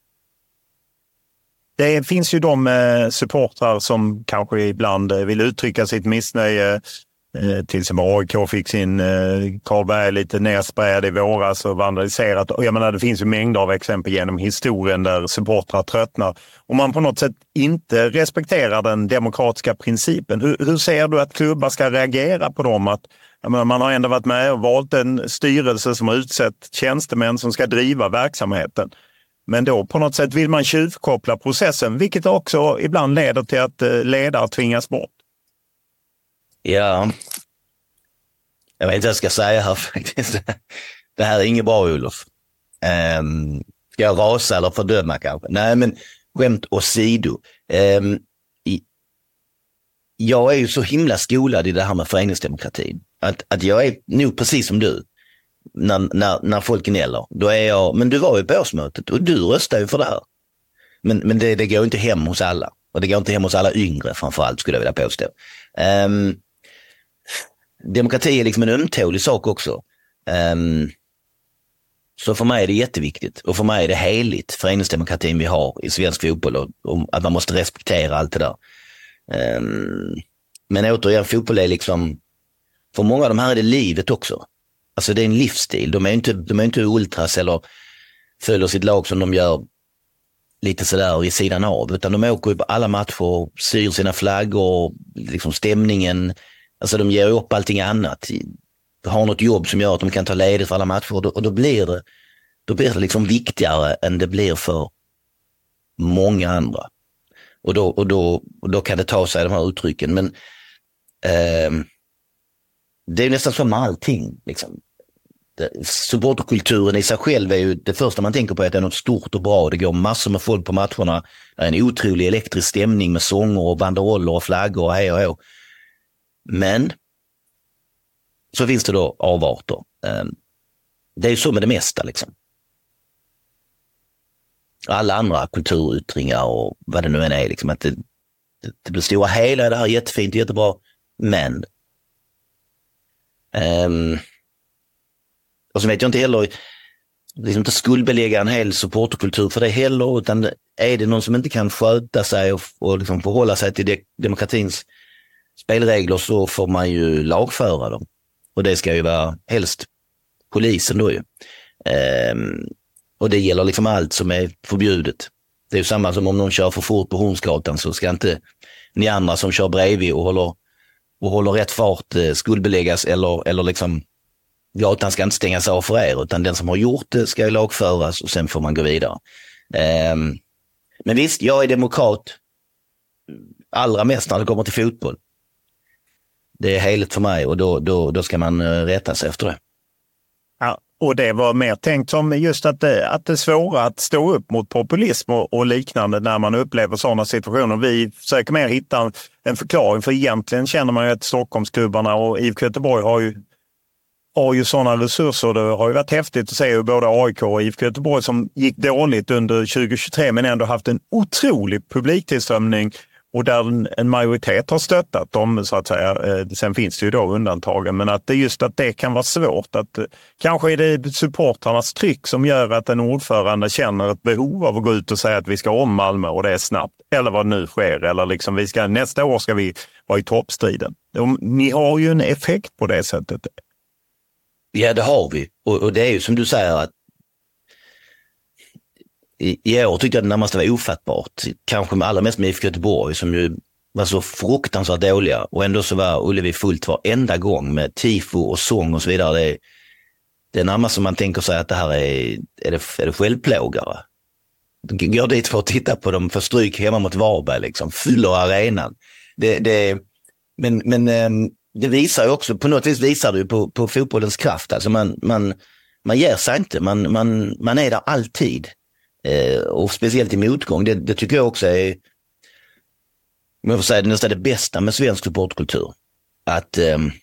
Det finns ju de supportrar som kanske ibland vill uttrycka sitt missnöje. Till exempel AIK fick sin Karlberg lite nersprayad i våras och vandaliserat. Och jag menar, det finns ju mängder av exempel genom historien där supportrar tröttnar. Och man på något sätt inte respekterar den demokratiska principen. Hur ser du att klubbar ska reagera på dem? Att man har ändå varit med och valt en styrelse som har utsett tjänstemän som ska driva verksamheten. Men då på något sätt vill man tjuvkoppla processen, vilket också ibland leder till att ledare tvingas bort. Ja, jag vet inte vad jag ska säga här faktiskt. Det här är inget bra, Olof. Ska jag rasa eller fördöma kanske? Nej, men skämt åsido. Jag är ju så himla skolad i det här med föreningsdemokratin. Att jag är nog precis som du. När folk gnäller, då är jag, men du var ju på årsmötet och du röstar ju för det här. Men det går inte hem hos alla. Och det går inte hem hos alla yngre framförallt, skulle jag vilja påstå. Demokrati är liksom en ömtålig sak också. Så för mig är det jätteviktigt. Och för mig är det heligt, föreningsdemokratin vi har i svensk fotboll. Och att man måste respektera allt det där. Men återigen, fotboll är liksom, för många av de här är det livet också. Alltså det är en livsstil. De är inte ultras eller följer sitt lag som de gör lite sådär i sidan av. Utan de åker på alla matcher, syr sina flaggor, liksom stämningen. Alltså de ger upp allting annat. Har något jobb som gör att de kan ta ledigt för alla matcher. Och då blir det liksom viktigare än det blir för många andra. Och då kan det ta sig de här uttrycken. Men det är nästan som med allting liksom. Supporterkulturen i sig själv är ju det första man tänker på, att det är något stort och bra. Det går massor med folk på matcherna. Det är en otrolig elektrisk stämning med sånger och banderoller och flaggor och hej och hej. Men så finns det då avarter. Det är ju så med det mesta liksom. Alla andra kulturyttringar och vad det nu än är liksom, att det blir stora hela, det här är jättefint, jättebra, men och så vet jag inte heller liksom inte skuldbelägga en hel supporterkultur för det heller, utan är det någon som inte kan sköta sig och liksom förhålla sig till demokratins spelregler, så får man ju lagföra dem. Och det ska ju vara helst polisen då ju. Och det gäller liksom allt som är förbjudet. Det är ju samma som om någon kör för fort på Hornsgatan, så ska inte ni andra som kör bredvid och håller rätt fart skuldbeläggas eller liksom gatan ska inte stängas av för er, utan den som har gjort det ska ju lagföras och sen får man gå vidare. Men visst, jag är demokrat allra mest när det kommer till fotboll. Det är heligt för mig och då ska man rätta sig efter det. Ja, och det var mer tänkt som just att det är svåra att stå upp mot populism och liknande när man upplever sådana situationer. Vi försöker mer hitta en förklaring, för egentligen känner man ju att Stockholmsklubbarna och IFK Göteborg har ju sådana resurser. Det har ju varit häftigt att se hur både AIK och IFK Göteborg, som gick dåligt under 2023 men ändå haft en otrolig publiktillströmning och där en majoritet har stöttat dem så att säga. Sen finns det ju då undantagen, men att det just att det kan vara svårt. Att kanske är det supportarnas tryck som gör att en ordförande känner ett behov av att gå ut och säga att vi ska om Malmö och det är snabbt. Eller vad nu sker. Eller liksom nästa år ska vi vara i toppstriden. Ni har ju en effekt på det sättet. Ja, det har vi. Och det är ju som du säger att i år tyckte jag det närmast var ofattbart. Kanske med allra mest med IFK Göteborg som ju var så fruktansvärt dåliga. Och ändå så var Ullevi fullt varenda gång med tifo och sång och så vidare. Det är närmast som man tänker sig att det här är det självplågare. De går dit för att titta på dem för stryk hemma mot Varberg liksom. Fyller arenan. Men det visar ju också, på något vis visar det ju på fotbollens kraft. Alltså man ger sig inte. Man är där alltid. Och speciellt i motgång. Det tycker jag också är jag får säga, det är nästan det bästa med svensk supportkultur. Att,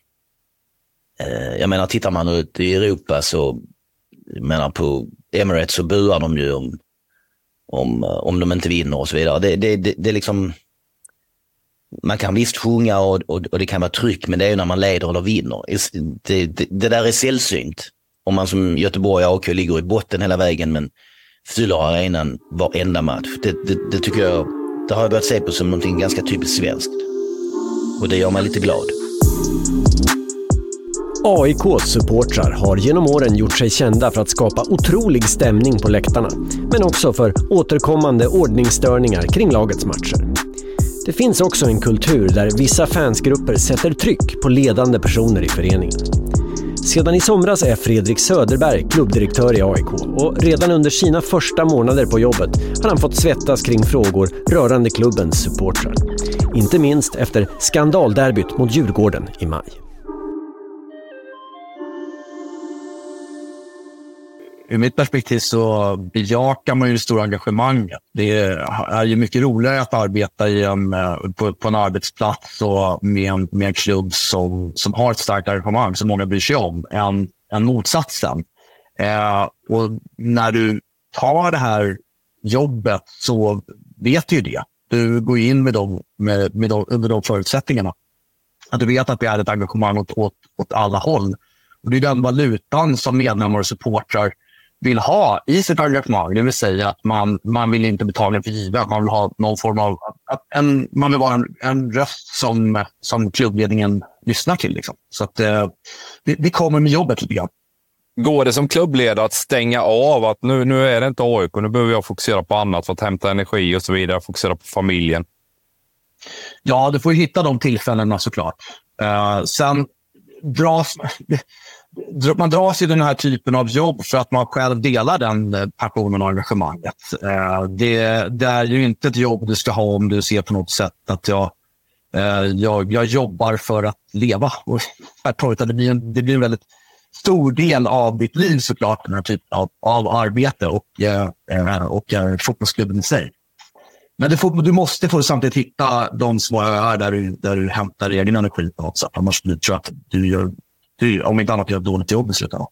jag menar, tittar man ut i Europa så, jag menar på Emirates så buar de ju om de inte vinner och så vidare. Det är liksom, man kan visst sjunga och det kan vara tryck, men det är ju när man leder eller vinner. Det där är sällsynt. Om man som Göteborg och AIK ligger i botten hela vägen men fyller arenan varenda match. Det tycker jag, det har jag börjat se på som någonting ganska typiskt svenskt. Och det gör mig lite glad. AIKs supportrar har genom åren gjort sig kända för att skapa otrolig stämning på läktarna, men också för återkommande ordningsstörningar kring lagets matcher. Det finns också en kultur där vissa fansgrupper sätter tryck på ledande personer i föreningen. Sedan i somras är Fredrik Söderberg klubbdirektör i AIK och redan under sina första månader på jobbet har han fått svettas kring frågor rörande klubbens supportrar. Inte minst efter skandalderbyt mot Djurgården i maj. Ur mitt perspektiv så bejakar man ju det stora engagemanget. Det är ju mycket roligare att arbeta på en arbetsplats och med en klubb som har ett starkt engagemang som många bryr sig om än motsatsen. Och när du tar det här jobbet så vet du ju det. Du går in under de förutsättningarna. Att du vet att det är ett engagemang åt alla håll. Och det är den valutan som medlemmar och supportrar vill ha i sitt engagemang. Det vill säga att man vill inte betala för givet. Man vill ha någon form av man vill vara en röst som klubbledningen lyssnar till. Liksom. Så att det kommer med jobbet lite grann. Går det som klubbledare att stänga av att nu är det inte AIK, nu behöver jag fokusera på annat för att hämta energi och så vidare, fokusera på familjen? Ja, du får ju hitta de tillfällena såklart. Sen man dras i den här typen av jobb för att man själv delar den passionen och engagemanget. Det är ju inte ett jobb du ska ha om du ser på något sätt att jag jobbar för att leva. Och det blir en väldigt stor del av ditt liv såklart, den här typen av arbete och fotbollsklubben i sig. Men du måste samtidigt hitta de små öar där du hämtar egen energi på något sätt. Annars tror jag att du om inte annat gör ett dåligt jobb i slutändan.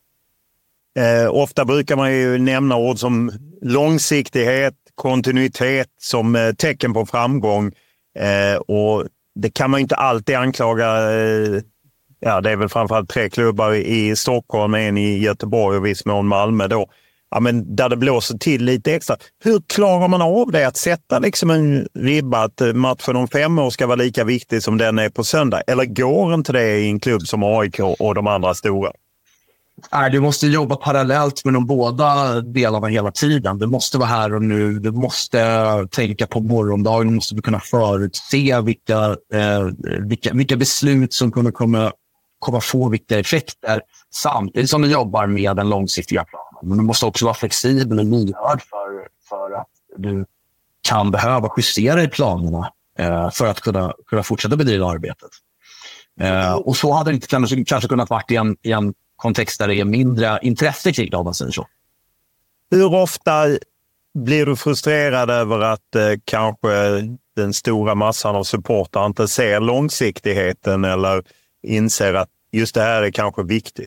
Ofta brukar man ju nämna ord som långsiktighet, kontinuitet som tecken på framgång. Och det kan man ju inte alltid anklaga. Det är väl framförallt 3 klubbar i Stockholm, en i Göteborg och viss mån Malmö då. Ja, men där det blåser till lite extra. Hur klarar man av det? Att sätta liksom en ribba att matchen om 5 år ska vara lika viktig som den är på söndag? Eller går inte det i en klubb som AIK och de andra stora? Nej, du måste jobba parallellt med de båda delarna hela tiden. Du måste vara här och nu. Du måste tänka på morgondagen. Du måste kunna förutse vilka beslut som kommer få vilka effekter samtidigt som du jobbar med den långsiktiga planen. Men du måste också vara flexibel och lyhörd för att du kan behöva justera i planerna för att kunna fortsätta bedriva arbetet. Och så hade det inte kanske kunnat vara i en kontext där det är mindre intresse kring det, om man säger så. Hur ofta blir du frustrerad över att kanske den stora massan av supportrar inte ser långsiktigheten eller inser att just det här är kanske viktigt?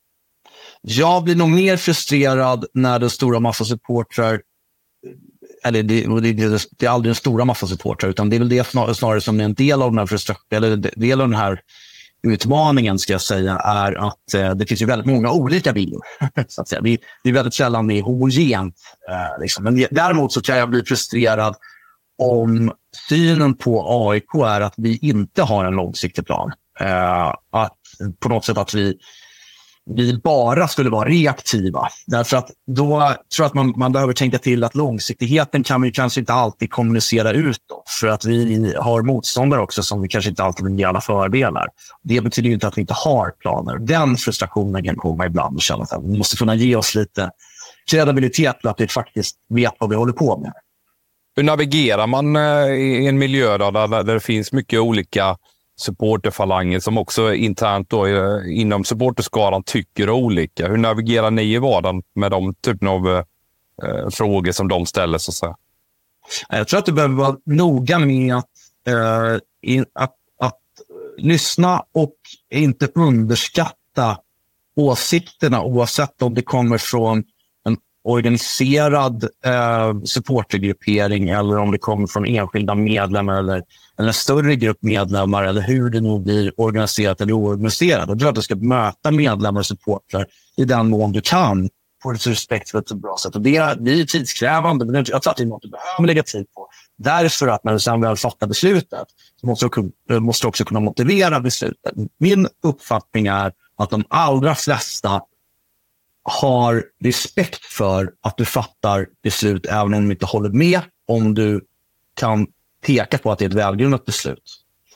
Jag blir nog mer frustrerad när den stora massa supportrar, eller det är aldrig en stora massa supportrar, utan det är väl det snarare som är en del av den här frustrationen, eller del av den här utmaningen ska jag säga, är att det finns ju väldigt många olika viljor. Så att säga. Det är väldigt sällan det är homogent. Liksom. Men däremot så kan jag bli frustrerad om synen på AIK är att vi inte har en långsiktig plan. Att på något sätt att vi bara skulle vara reaktiva. Därför att då tror jag att man behöver tänka till att långsiktigheten kan vi kanske inte alltid kommunicera utåt. För att vi har motståndare också som vi kanske inte alltid vill ge alla fördelar. Det betyder ju inte att vi inte har planer. Den frustrationen kan komma ibland och känna att vi måste kunna ge oss lite kredibilitet för att vi faktiskt vet vad vi håller på med. Hur navigerar man i en miljö där det finns mycket olika supporterfalanger som också internt då, inom supporterskaran tycker olika? Hur navigerar ni i vardagen med de typen av frågor som de ställer? Så att säga? Jag tror att du behöver vara noga med att lyssna och inte underskatta åsikterna, oavsett om det kommer från en organiserad supportergruppering eller om det kommer från enskilda medlemmar eller en större grupp medlemmar, eller hur det nog blir organiserat eller oorganiserat. Och att du ska möta medlemmar och supportrar i den mån du kan på ett respektfullt och bra sätt. Och det är tidskrävande, men jag tror att det är något du behöver lägga tid på. Därför att när du sen väl fattar beslutet så måste du också kunna motivera beslutet. Min uppfattning är att de allra flesta har respekt för att du fattar beslut även om du inte håller med, om du kan peka på att det är ett välgrundat beslut.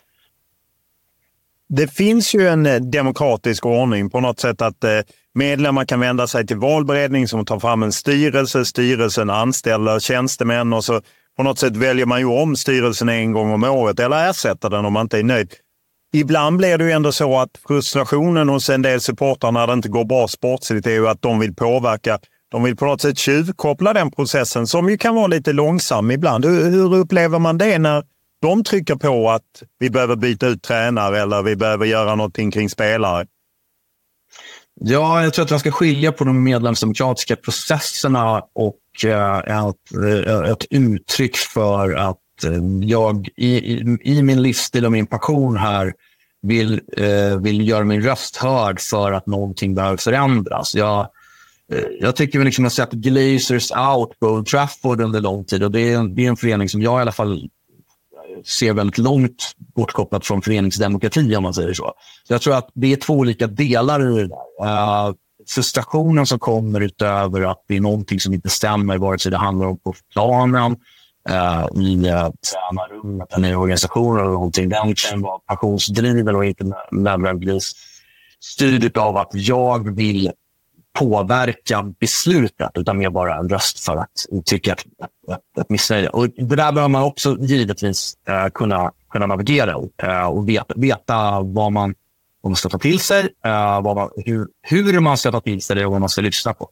Det finns ju en demokratisk ordning på något sätt att medlemmar kan vända sig till valberedning som tar fram en styrelse. Styrelsen anställer tjänstemän och så på något sätt väljer man ju om styrelsen en gång om året eller ersätter den om man inte är nöjd. Ibland blir det ju ändå så att frustrationen hos en del supportrar när det inte går bra sportsligt är ju att de vill påverka. De vill på något sätt tjuvkoppla den processen som ju kan vara lite långsam ibland. Hur upplever man det när de trycker på att vi behöver byta ut tränare eller vi behöver göra någonting kring spelare? Ja, jag tror att man ska skilja på de medlemsdemokratiska processerna och ett uttryck för att jag i min livsstil och min passion här vill göra min röst hörd för att någonting behöver förändras. Jag tycker vi liksom har sett Glazers out på Old Trafford under lång tid, och det är en förening som jag i alla fall ser väldigt långt bortkopplat från föreningsdemokrati, om man säger så. Så jag tror att det är två olika delar i det där. Frustrationen som kommer utöver att det är någonting som inte stämmer, vare sig det handlar om på planen, i tränarrummet eller i organisationen eller någonting. Den kan vara passionsdriven och inte nödvändigtvis styrd av att jag vill påverka beslutet, utan mer bara en röst för att tycka att missnöje. Och det där behöver man också givetvis kunna navigera och veta vad man ska ta till sig, hur man ska ta till sig det och vad man ska lyssna på.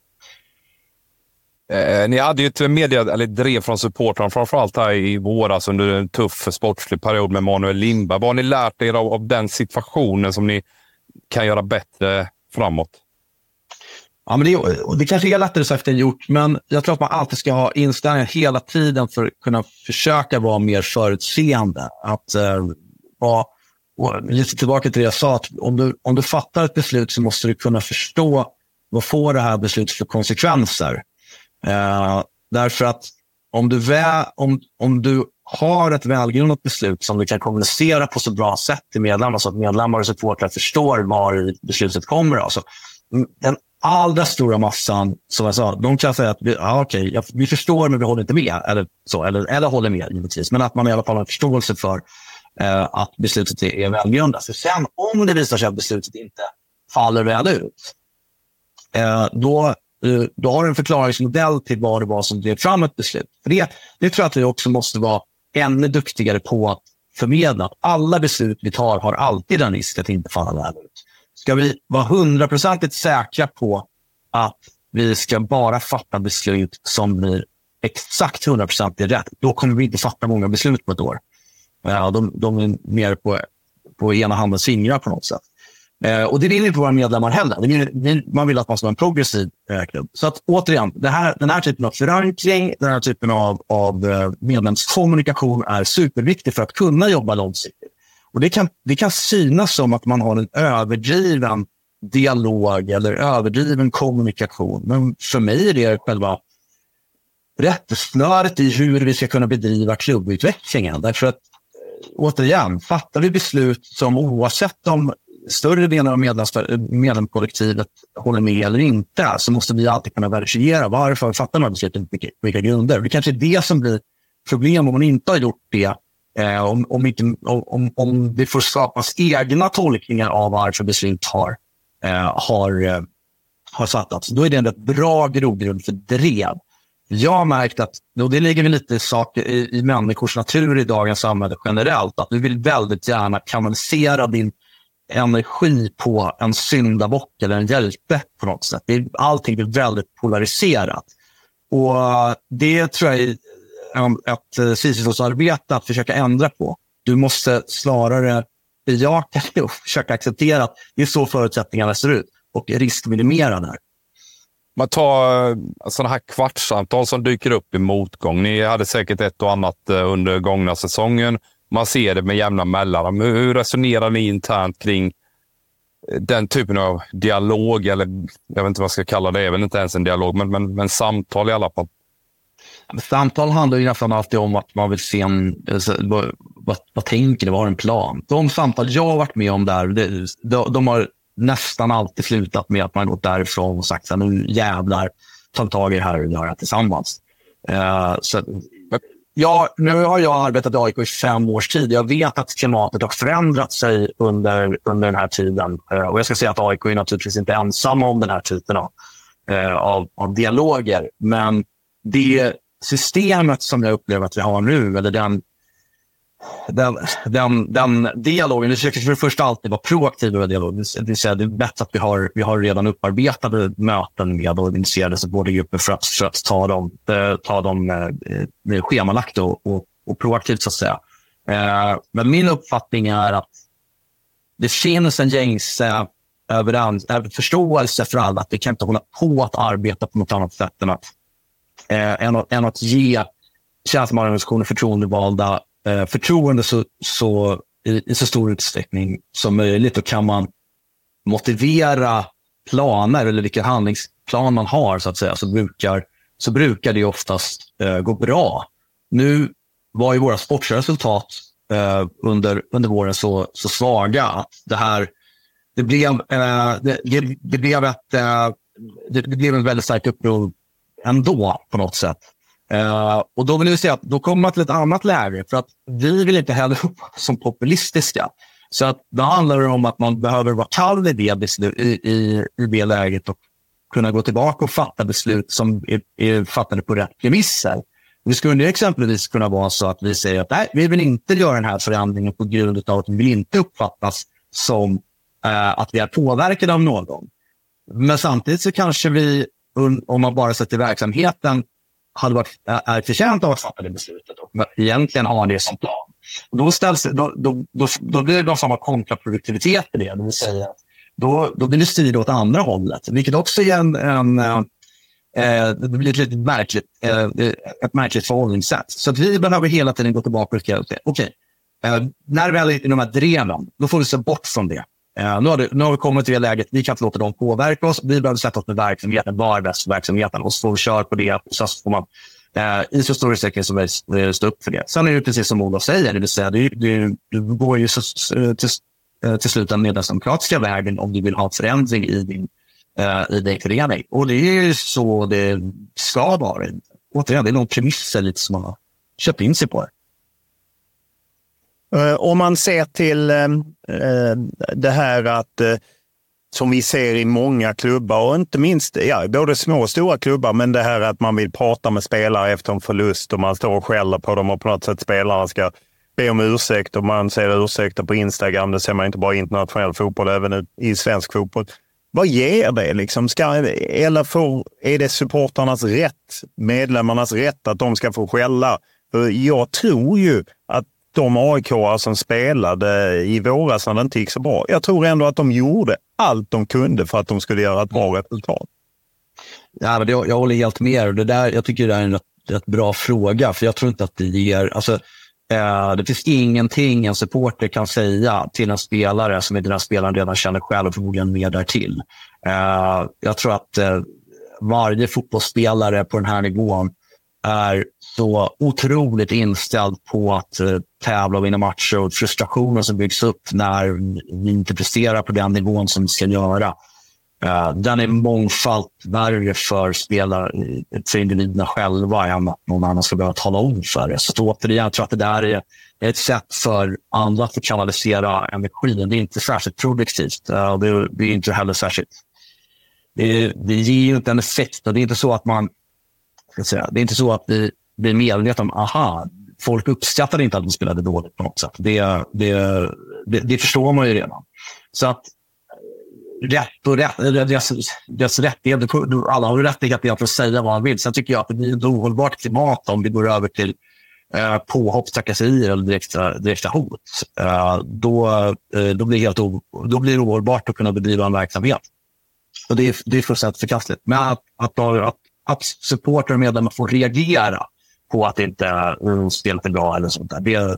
Ni hade ju ett drev från supportrarna framförallt här i våras under en tuff sportslig period med Manuel Lindberg. Vad har ni lärt er av den situationen som ni kan göra bättre framåt? Ja, men det kanske är lättare sagt än gjort, men jag tror att man alltid ska ha inställningar hela tiden för att kunna försöka vara mer förutseende. Att lite tillbaka till det jag sa, att om du fattar ett beslut så måste du kunna förstå vad får det här beslutet för konsekvenser. Därför att om du har ett välgrundat beslut som du kan kommunicera på så bra sätt till medlemmar så att medlemmar och supportrar förstår var beslutet kommer. Alltså, den allra stora massan, som jag sa, de kan säga att vi förstår men vi håller inte med eller håller med givetvis, men att man i alla fall har förståelse för att beslutet är välgrundat. För sen om det visar sig att beslutet inte faller väl ut, då har du en förklaringsmodell till vad det var som drev fram ett beslut. För det tror jag att vi också måste vara ännu duktigare på att förmedla. Alla beslut vi tar har alltid en risk att inte falla väl ut. Ska vi vara 100% säkra på att vi ska bara fatta beslut som blir exakt 100% rätt, då kommer vi inte fatta många beslut på ett år. De är mer på ena handens fingrar på något sätt. Och det vill inte våra medlemmar heller. Man vill att man ska vara en progressiv klubb. Så att återigen, den här typen av förankring, den här typen av medlemskommunikation är superviktig för att kunna jobba långsiktigt. Och det kan synas som att man har en överdriven dialog eller överdriven kommunikation. Men för mig är det själva rättesnöret i hur vi ska kunna bedriva klubbutvecklingen. Därför att återigen, fattar vi beslut som oavsett om större delen av medlemskollektivet håller med eller inte, så måste vi alltid kunna verifiera varför vi fattar de här besluten på vilka grunder. Det kanske är det som blir problem om man inte har gjort det. Om det får skapas egna tolkningar av varför beslut har fattats, då är det en rätt bra grogrund för drev. Jag har märkt att, och det ligger väl lite saker i människors natur i dagens samhälle generellt, att du vill väldigt gärna kanalisera din energi på en syndabock eller en hjälte på något sätt. Allting blir väldigt polariserat. Och det tror jag är ett Sisyfos-arbete att försöka ändra på. Du måste snarare bejaka och försöka acceptera att det är så förutsättningarna ser ut och riskminimera där. Man tar sådana här kvartssamtal som dyker upp i motgång. Ni hade säkert ett och annat under gångna säsongen. Man ser det med jämna mellanrum. Hur resonerar ni internt kring den typen av dialog? Eller jag vet inte vad jag ska kalla det. Det är väl inte ens en dialog, men samtal i alla fall. Samtal handlar ju nästan alltid om att man vill se vad tänker det, vad har en plan. De samtal jag har varit med om där, de har nästan alltid slutat med att man gått därifrån och sagt att nu jävlar, ta tag i det här och göra det tillsammans. Nu har jag arbetat i AIK i 5 års tid. Jag vet att klimatet har förändrat sig under den här tiden. Och jag ska säga att AIK är naturligtvis inte ensamma om den här typen av dialoger. Men det systemet som jag upplever att vi har nu, eller den dialogen, det försöker för det första alltid vara proaktiv över dialog. Det vill säga, det är bättre att vi har redan upparbetade möten med organiserade supportergrupper för att ta dem schemalagt och proaktivt så att säga. Men min uppfattning är att det finns en gängse förståelse för alla att vi kan inte hålla på att arbeta på något annat sätt än att ge tjänstemannaorganisationer förtroendevalda förtroende i så stor utsträckning som möjligt. Och kan man motivera planer eller vilken handlingsplan man har så att säga, så brukar det oftast gå bra. Nu var ju våra sportsliga resultat under våren så svaga att det blev en väldigt stark uppror ändå på något sätt. Och då vill jag säga att då kommer man till ett annat läge, för att vi vill inte heller upp som populistiska. Så att då handlar det om att man behöver vara kall i det läget och kunna gå tillbaka och fatta beslut som är fattade på rätt premisser. Det skulle exempelvis kunna vara så att vi säger att nej, vi vill inte göra den här förändringen på grund av att vi vill inte uppfattas som att vi är påverkade av någon. Men samtidigt så kanske vi, om man bara sätter verksamheten, är förtjänt av att fatta det beslutet och egentligen har det som plan. Och då blir det någon samma kontraproduktivitet i det. Det vill säga, då blir det styrt åt andra hållet. Vilket också är det blir ett märkligt förhållningssätt. Så att vi behöver hela tiden gå tillbaka och säga okej, när vi är i de här dreven, då får vi se bort från det. Nu har vi kommit till det läget, vi kan inte låta dem påverka oss, vi behöver sätta oss med verksamheten, var är bäst för verksamheten, och så får vi köra på det, så får man i så stor utsträckning som vi stå upp för det. Sen är det precis som Olof säger, det vill säga du går ju till slut den demokratiska vägen om du vill ha förändring i din förening, och det är ju så det ska vara. Återigen, det är någon premisser lite som man har köpt in sig på det. Om man ser till det här att som vi ser i många klubbar och inte minst både små och stora klubbar, men det här att man vill prata med spelare efter en förlust och man står och skäller på dem och på något sätt spelarna ska be om ursäkt, och man ser ursäkter på Instagram. Det ser man inte bara i internationell fotboll, även i svensk fotboll. Vad ger det liksom? Är det supportarnas rätt, medlemmarnas rätt att de ska få skälla? Jag tror ju att de AIK-are som spelade i våras när det inte gick så bra, jag tror ändå att de gjorde allt de kunde för att de skulle göra ett bra resultat. Ja, men jag håller helt med. Det där, jag tycker det är en rätt bra fråga, för jag tror inte att det ger... Alltså, det finns ingenting en supporter kan säga till en spelare som inte den spelaren redan känner själv och förmodligen mer därtill. Jag tror att varje fotbollsspelare på den här nivån är så otroligt inställd på att tävla och vinna matcher, och frustrationen som byggs upp när vi inte presterar på den nivån som vi ska göra. Den är mångfalt värre för spelare, för individerna själva, än att någon annan ska behöva tala om för det. Så återigen, jag tror att det där är ett sätt för andra att kanalisera energin. Det är inte särskilt produktivt. Det är inte heller särskilt... Det ger ju inte en effekt, och det är inte så att man... Det är inte så att vi blir medvetna om folk uppskattade inte att de spelade dåligt på något sätt. Det förstår man ju redan. Så att deras rättigheter, alla har rättighet att säga vad man vill. Sen tycker jag att det blir ett ohållbart klimat om vi går över till påhopp, trakasserier eller direkta hot, då blir det ohållbart att kunna bedriva en verksamhet. Och det är fullständigt förkastligt. Men att supporter och medlemmar får reagera på att inte spelet är bra eller sånt där,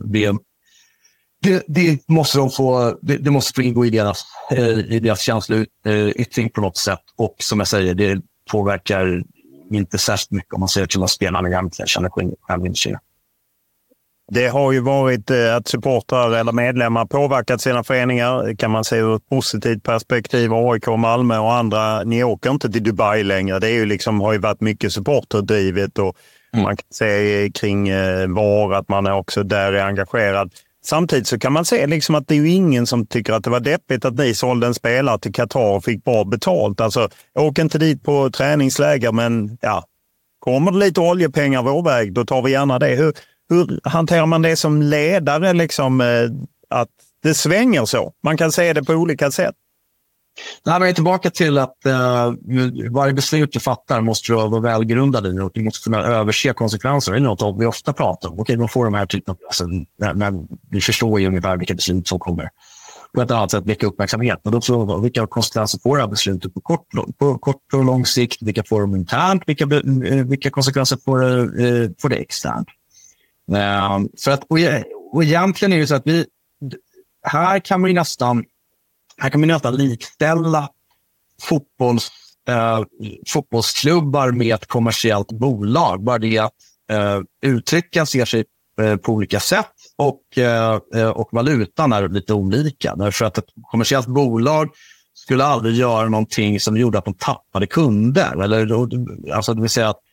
det måste få ingå i deras känsloyttring på något sätt. Och som jag säger, det påverkar inte särskilt mycket om man ser till vad spelarna egentligen känner själv. Det har ju varit att supportrar eller medlemmar påverkat sina föreningar, kan man se ur ett positivt perspektiv. AIK, Malmö och andra, ni åker inte till Dubai längre. Det är ju liksom, har ju varit mycket supporterdrivet och man kan se kring VAR att man är också där är engagerad. Samtidigt så kan man se liksom att det är ju ingen som tycker att det var deppigt att ni sålde en spelare till Qatar och fick bra betalt. Alltså, åker inte dit på träningsläger, men ja, kommer det lite oljepengar vår väg, då tar vi gärna det. Hur hanterar man det som ledare, liksom, att det svänger så? Man kan se det på olika sätt. Nej, men tillbaka till att varje beslut du fattar måste vara välgrundad i, och du måste kunna överse konsekvenser. Det är något vi ofta pratar om. Okej, de får de här typen av... Alltså, men vi förstår ju ungefär vilka beslut som kommer. På ett annat sätt, vilka uppmärksamhet. Och då så, vilka konsekvenser får det här beslutet på kort och lång sikt? Vilka får de internt? Vilka konsekvenser får det externt? För att, och egentligen är det så att här kan vi nästan likställa fotbollsklubbar med ett kommersiellt bolag. Bara det att uttrycken ser sig på olika sätt och valutan är lite olika. Därför att ett kommersiellt bolag skulle aldrig göra någonting som gjorde att de tappade kunder. Alltså det vill säga att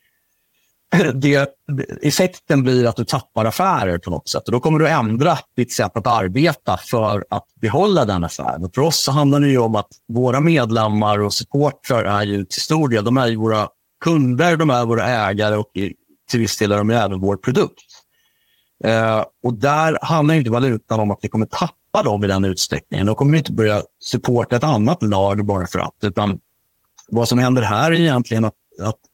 effekten blir att du tappar affärer på något sätt. Och då kommer du ändra ditt sätt att arbeta för att behålla den affären. Och för oss så handlar det ju om att våra medlemmar och supportrar är ju till stor del, de är ju våra kunder, de är våra ägare och till viss del är de även vår produkt. Och där handlar inte valutan om att vi kommer tappa dem i den utsträckningen. Då kommer vi inte börja supporta ett annat lag bara för att. Utan vad som händer här är egentligen att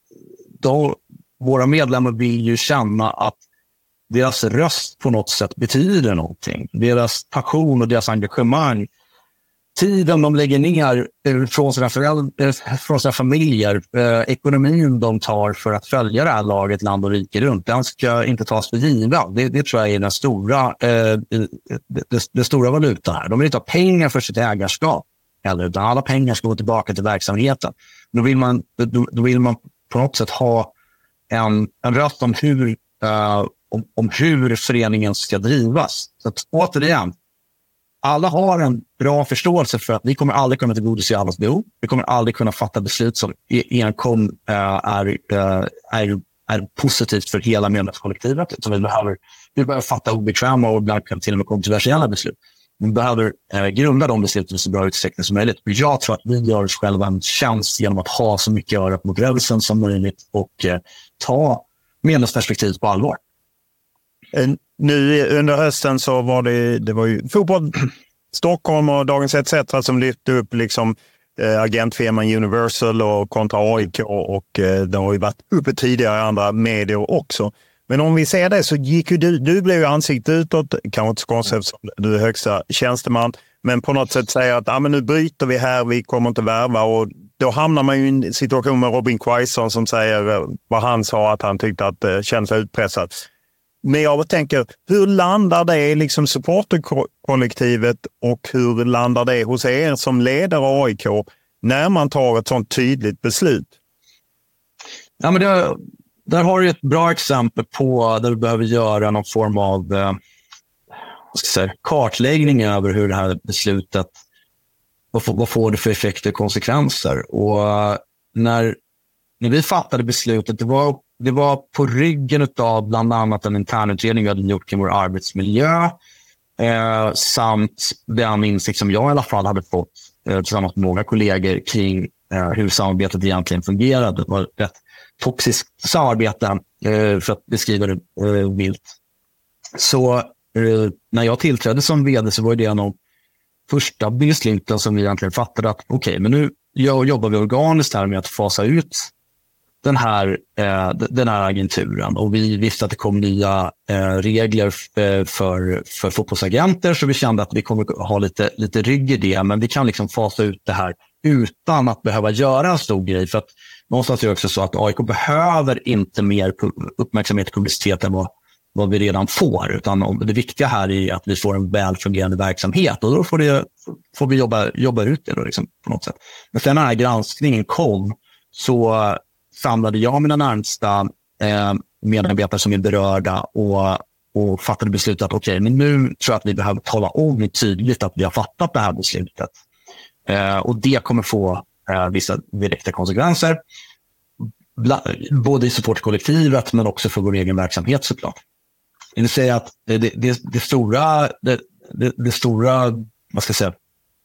våra medlemmar vill ju känna att deras röst på något sätt betyder någonting. Deras passion och deras engagemang, tiden de lägger ner från sina familjer, ekonomin de tar för att följa det här laget land och rike runt, den ska inte tas för given. Det tror jag är den stora valutan här. De vill inte ha pengar för sitt ägarskap, utan alla pengar ska gå tillbaka till verksamheten. Då vill man på något sätt ha en röst om hur föreningen ska drivas. Så att, återigen, alla har en bra förståelse för att vi kommer aldrig kunna tillgodose allas behov. Vi kommer aldrig kunna fatta beslut som enkom är positivt för hela medlemskollektivet. Så vi behöver fatta obekväma och ibland till och med kontroversiella beslut. Vi behöver grunda de besluten i så bra utsträckning som möjligt. Jag tror att vi gör oss själva en tjänst genom att ha så mycket örat mot rälsen som möjligt och ta medlemsperspektiv på allvar. Nu under hösten så var det var ju fotboll Stockholm och Dagens ETC som lyfte upp liksom agentfirman Universal och kontra AIK och det har ju varit uppe tidigare i andra medier också. Men om vi ser det så gick ju du blev ju ansiktet utåt, kanske inte så konstigt eftersom du är högsta tjänsteman, men på något sätt säger att men nu bryter vi här, vi kommer inte värva, och då hamnar man ju i en situation med Robin Quaison som säger vad han sa, att han tyckte att det känns utpressat. Men jag tänker, hur landar det liksom supporterkollektivet och hur landar det hos er som leder AIK när man tar ett sånt tydligt beslut? Ja, men där har du ett bra exempel på där du behöver göra någon form av kartläggning över hur det här beslutet, vad får det för effekter och konsekvenser. Och när vi fattade beslutet, det var på ryggen av bland annat en internutredning vi hade gjort kring vår arbetsmiljö samt den insikt som jag i alla fall hade fått tillsammans med många kollegor kring hur samarbetet egentligen fungerade. Det var ett toxiskt samarbete för att beskriva det vilt. Så när jag tillträdde som vd så var det en av första besluten som vi egentligen fattade att okej, men nu jobbar vi organiskt här med att fasa ut den här agenturen, och vi visste att det kom nya regler för fotbollsagenter, så vi kände att vi kommer ha lite rygg i det, men vi kan liksom fasa ut det här utan att behöva göra en stor grej, för att någonstans är det också så att AIK behöver inte mer uppmärksamhet och publicitet än vad vi redan får, utan det viktiga här är att vi får en välfungerande verksamhet, och då får vi jobba ut det då, liksom, på något sätt. Men sen när den här granskningen kom så samlade jag mina närmsta medarbetare som är berörda och fattade beslutet att okej, men nu tror jag att vi behöver tala om tydligt att vi har fattat det här beslutet. Och det kommer få vissa direkta konsekvenser, både i supportkollektivet men också för vår egen verksamhet såklart. Det vill säga att det stora vad ska jag säga,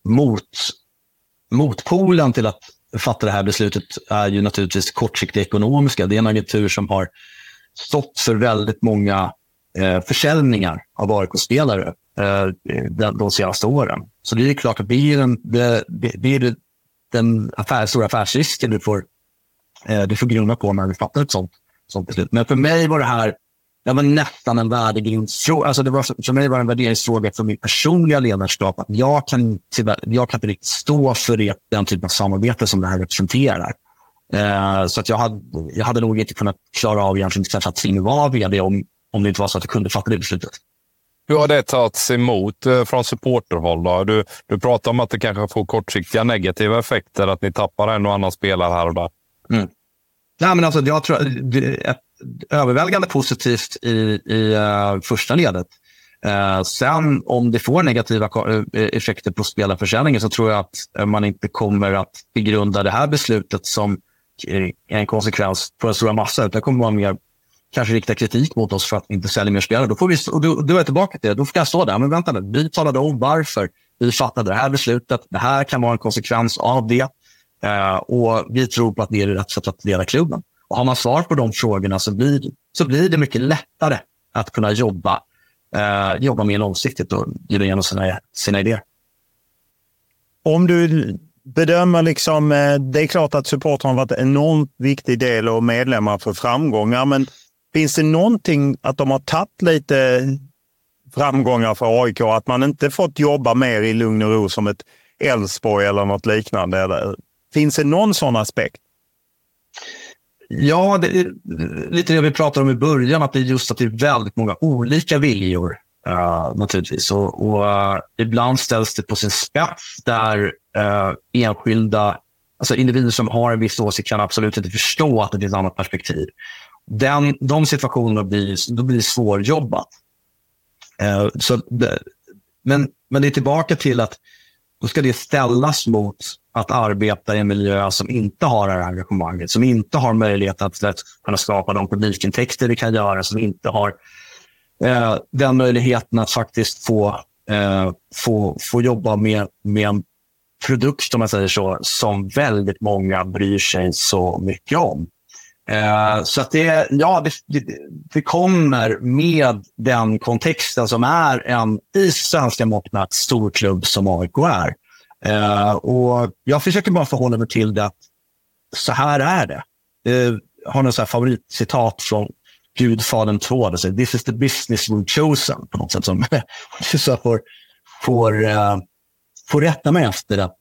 motpolen till att fatta det här beslutet är ju naturligtvis kortsiktiga ekonomiska. Det är en agentur som har stått för väldigt många försäljningar av AIK-spelare de senaste åren. Så det är klart att det är den stora affärsrisken du får grunna på när vi fattar ett sånt beslut. Men för mig var det var nästan en värderingsfråga. Alltså för mig var det en värderingsfråga för min personliga ledarskap. Att jag kan inte riktigt stå för den typen av samarbete som det här representerar. Så att jag hade nog inte kunnat klara av egentligen att signera vd om det inte var så att jag kunde fatta det beslutet. Hur har det tagits emot från supporterhåll då? Du pratar om att det kanske får kortsiktiga negativa effekter, att ni tappar en och annan spelare här och där. Mm. Nej, men alltså, jag tror ett överväldigande positivt i första ledet. Sen om det får negativa effekter på spelarförsäljningen, så tror jag att man inte kommer att begrunda det här beslutet som en konsekvens på en stora massa. Det kommer vara mer kanske rikta kritik mot oss för att vi inte säljer mer spelare. Då är jag tillbaka till det. Då får jag stå där. Men vänta nu, vi talade om varför vi fattade det här beslutet. Det här kan vara en konsekvens av det. Och vi tror på att det är rätt sätt att leda klubben. Och har man svar på de frågorna så blir det mycket lättare att kunna jobba mer långsiktigt och ge igenom sina idéer. Om du bedömer liksom, det är klart att supporten har varit en enormt viktig del och medlemmar för framgångar, men finns det någonting att de har tagit lite framgångar för AIK, att man inte fått jobba mer i lugn och ro som ett Elfsborg eller något liknande? Eller finns det någon sån aspekt? Ja, det är lite det vi pratade om i början, att det är just att det är väldigt många olika viljor naturligtvis. Och ibland ställs det på sin spets där enskilda, alltså individer som har en viss åsikt kan absolut inte förstå att det finns ett annat perspektiv. De situationerna blir svårjobbat. Men det är tillbaka till att då ska det ställas mot att arbeta i en miljö som inte har det här engagemanget, som inte har möjlighet att kunna skapa de publikintäkter det kan göra, som inte har den möjligheten att faktiskt få jobba med en produkt, om man säger så, som väldigt många bryr sig så mycket om. Så att det kommer med den kontexten som är en i svenska mått mätt stor klubb som AIK är. Och jag försöker bara förhålla mig till det att så här är det. Jag har någon så här favoritcitat från Gudfadern 2. Det säger, "This is the business we've chosen", på något sätt, som så får rätta mig efter att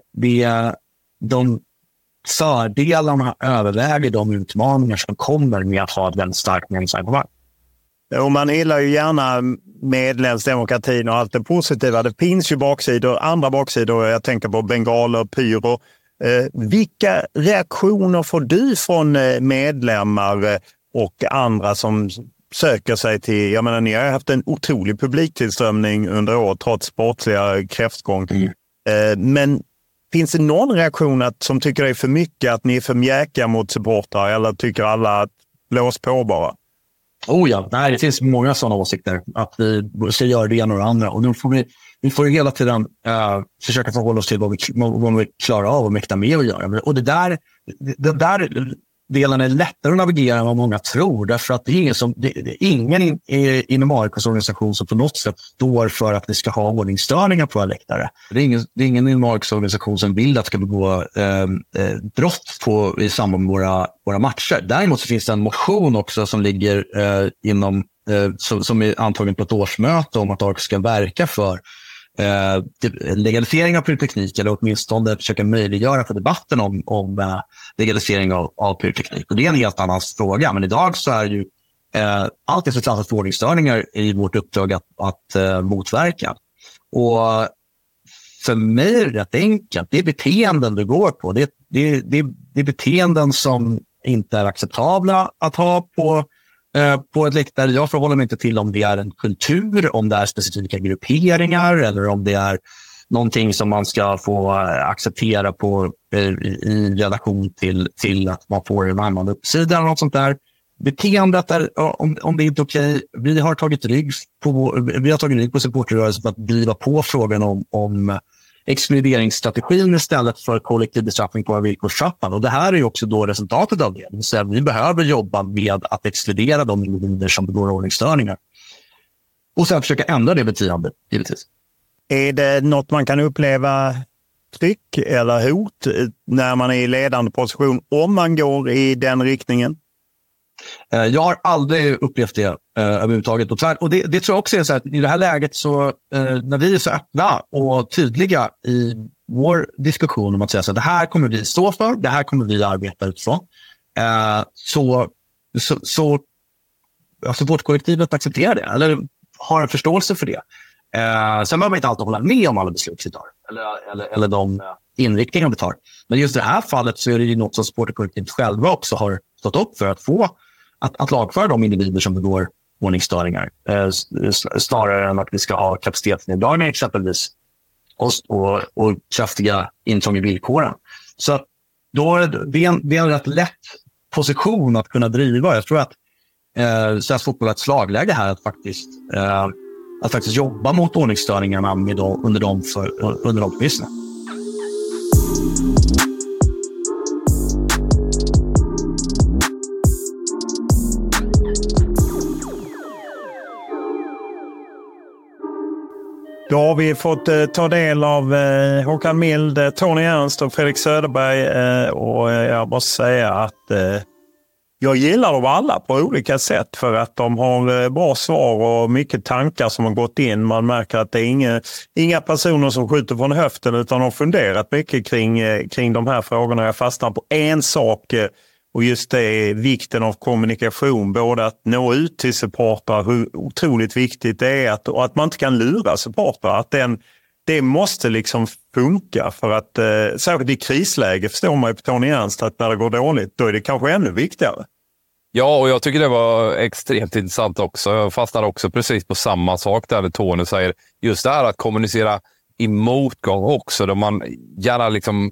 de fördelarna överväger de utmaningar som kommer med att ha ett väldigt starkt meningsengagemang. Och man gillar ju gärna medlemsdemokratin och allt det positiva. Det finns ju andra baksidor. Jag tänker på bengaler, pyro. Vilka reaktioner får du från medlemmar och andra som söker sig till? Jag menar, ni har haft en otrolig publiktillströmning under år trots sportsliga kräftgång. Men finns det någon reaktion som tycker det är för mycket, att ni är för mjäka mot supportrar, eller tycker alla att blås på bara? Oh ja, nej, det finns många sådana åsikter, att vi ska göra det ena och det andra. Och nu får vi får hela tiden försöka förhålla oss till vad vi klarar av och mäkta med att göra. Och det där delen är lättare att navigera än vad många tror. Därför att det är ingen inom AIKs organisation som på något sätt står för att vi ska ha ordningsstörningar på våra läktare. Det är ingen inom AIKs organisation som vill att det ska begå brott i samband med våra matcher. Däremot så finns det en motion också som ligger som är antagen på ett årsmöte om att AIK ska verka för legalisering av pyroteknik, eller åtminstone försöka möjliggöra för debatten om legalisering av pyroteknik. Och det är en helt annan fråga, men idag så är ju allt det som kallas för ordningsstörningar i vårt uppdrag att motverka. Och för mig är det rätt enkelt. Det är beteenden du går på. Det är beteenden som inte är acceptabla att ha på ett läktare. Jag förhåller mig inte till om det är en kultur, om det är specifika grupperingar eller om det är någonting som man ska få acceptera i relation till att man får en annan uppsida eller något sånt där. Beteendet är, om det är inte okej. Vi har tagit rygg på supporterrörelsen för att driva på frågan om exkluderingsstrategin istället för kollektiv bestraffning på villkorstrappan. Och det här är ju också då resultatet av det. Det vill säga, vi behöver jobba med att exkludera de individer som begår ordningsstörningar. Och sen försöka ändra det beteendet, givetvis. Är det något man kan uppleva tryck eller hot när man är i ledande position om man går i den riktningen? Jag har aldrig upplevt det överhuvudtaget. Och det tror jag också är så att i det här läget så när vi är så öppna och tydliga i vår diskussion om att säga så att det här kommer vi stå för, det här kommer vi arbeta utifrån, så supportkollektivet accepterar det eller har en förståelse för det. Sen behöver man inte alltid hålla med om alla beslut vi tar eller de inriktningar vi tar. Men just i det här fallet så är det ju något som supportkollektivet själva också har stått upp för, att få att lagföra de individer som begår ordningsstörningar snarare än att vi ska ha kapacitetsneddragningar exempelvis och kraftiga intrång i villkoren. Så då är det en rätt lätt position att kunna driva. Jag tror att svensk fotboll har ett slagläge här att faktiskt jobba mot ordningsstörningarna under de premisserna. Då har vi fått ta del av Håkan Mild, Tony Ernst och Fredrik Söderberg och jag måste säga att jag gillar dem alla på olika sätt för att de har bra svar och mycket tankar som har gått in. Man märker att det är inga personer som skjuter från höften utan har funderat mycket kring de här frågorna. Jag fastnar på en sak och just det är vikten av kommunikation, både att nå ut till supportrar, hur otroligt viktigt det är att man inte kan lura supportrar, att det måste liksom funka för att särskilt i krisläge förstår man ju på Tony Ernst att när det går dåligt då är det kanske ännu viktigare. Ja, och jag tycker det var extremt intressant också. Jag fastnade också precis på samma sak där Tony säger. Just det här att kommunicera i motgång också, där man gärna liksom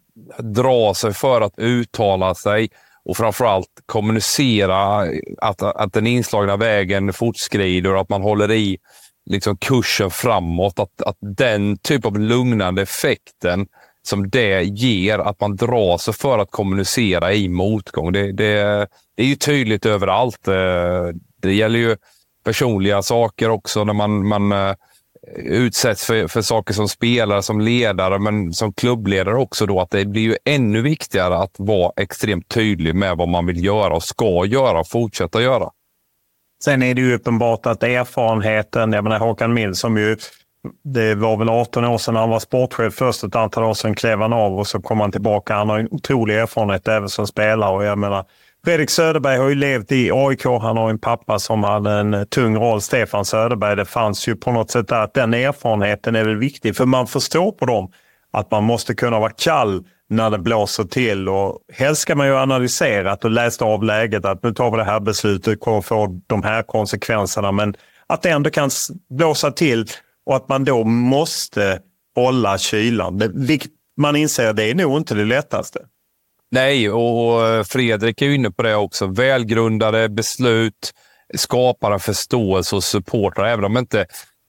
drar sig för att uttala sig och framförallt kommunicera att den inslagna vägen fortskrider och att man håller i liksom kursen framåt. Att den typ av lugnande effekten som det ger, att man drar sig för att kommunicera i motgång. Det är ju tydligt överallt. Det gäller ju personliga saker också när man utsätts för saker som spelare, som ledare, men som klubbledare också då, att det blir ju ännu viktigare att vara extremt tydlig med vad man vill göra och ska göra och fortsätta göra. Sen är det ju uppenbart att erfarenheten, jag menar Håkan Mild som ju, det var väl 18 år sedan han var sportchef först, ett antal år sedan klev han av och så kom han tillbaka. Han har en otrolig erfarenhet även som spelare och jag menar Fredrik Söderberg har ju levt i AIK, han har en pappa som hade en tung roll, Stefan Söderberg. Det fanns ju på något sätt att den erfarenheten är väl viktig för man förstår på dem att man måste kunna vara kall när det blåser till och helst ska man ju analyserat och läst av läget att nu tar vi det här beslutet och får de här konsekvenserna, men att det ändå kan blåsa till och att man då måste hålla kylan. Man inser att det är nog inte det lättaste. Nej, och Fredrik är ju inne på det också. Välgrundade beslut skapar en förståelse hos supportrar, även om inte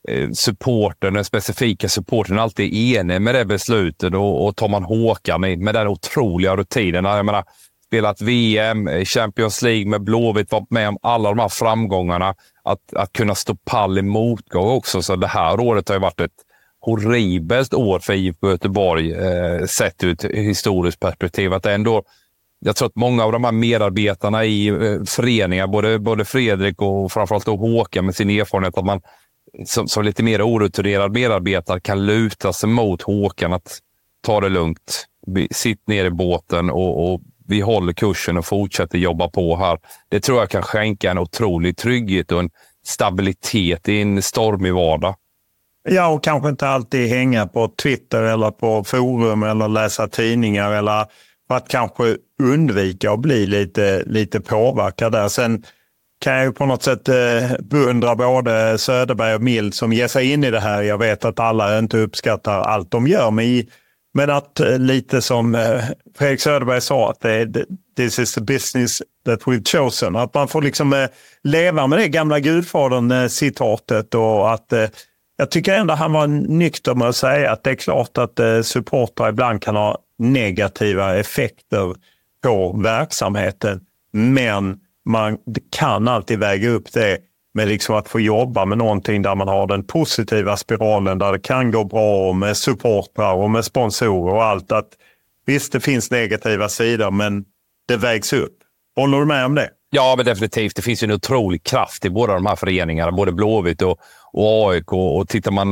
den specifika supporten alltid är enig med det beslutet och tar man Håkan med den otroliga rutinen. Jag menar, spelat VM, Champions League med Blåvitt, varit med om alla de här framgångarna. Att kunna stå pall i motgång också. Så det här året har ju varit ett horribelt år för IFK Göteborg sett ut i historiskt perspektiv. Att ändå, jag tror att många av de här medarbetarna i föreningar, både Fredrik och framförallt då Håkan med sin erfarenhet, att man som lite mer orutinerad medarbetare kan luta sig mot Håkan att ta det lugnt. Sitt ner i båten och vi håller kursen och fortsätter jobba på här. Det tror jag kan skänka en otrolig trygghet och en stabilitet i en stormig vardag. Ja, och kanske inte alltid hänga på Twitter eller på forum eller läsa tidningar, eller för att kanske undvika att bli lite påverkad där. Sen kan jag ju på något sätt beundra både Söderberg och Mild som ger sig in i det här. Jag vet att alla inte uppskattar allt de gör, men att lite som Fredrik Söderberg sa, att this is the business that we've chosen. Att man får liksom leva med det gamla Gudfadern-citatet, och att jag tycker ändå han var nykter med att säga att det är klart att supportrar ibland kan ha negativa effekter på verksamheten, men man kan alltid väga upp det med liksom att få jobba med någonting där man har den positiva spiralen, där det kan gå bra med supportrar och med sponsorer och allt. Att visst, det finns negativa sidor, men det vägs upp. Håller du med om det? Ja, men definitivt. Det finns ju en otrolig kraft i båda de här föreningarna, både Blåvitt och AIK. Och tittar man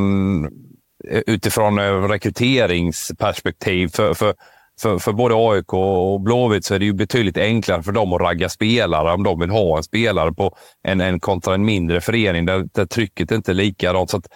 utifrån rekryteringsperspektiv för både AIK och Blåvitt, så är det ju betydligt enklare för dem att ragga spelare om de vill ha en spelare på en kontra en mindre förening där trycket inte är likadant. Så att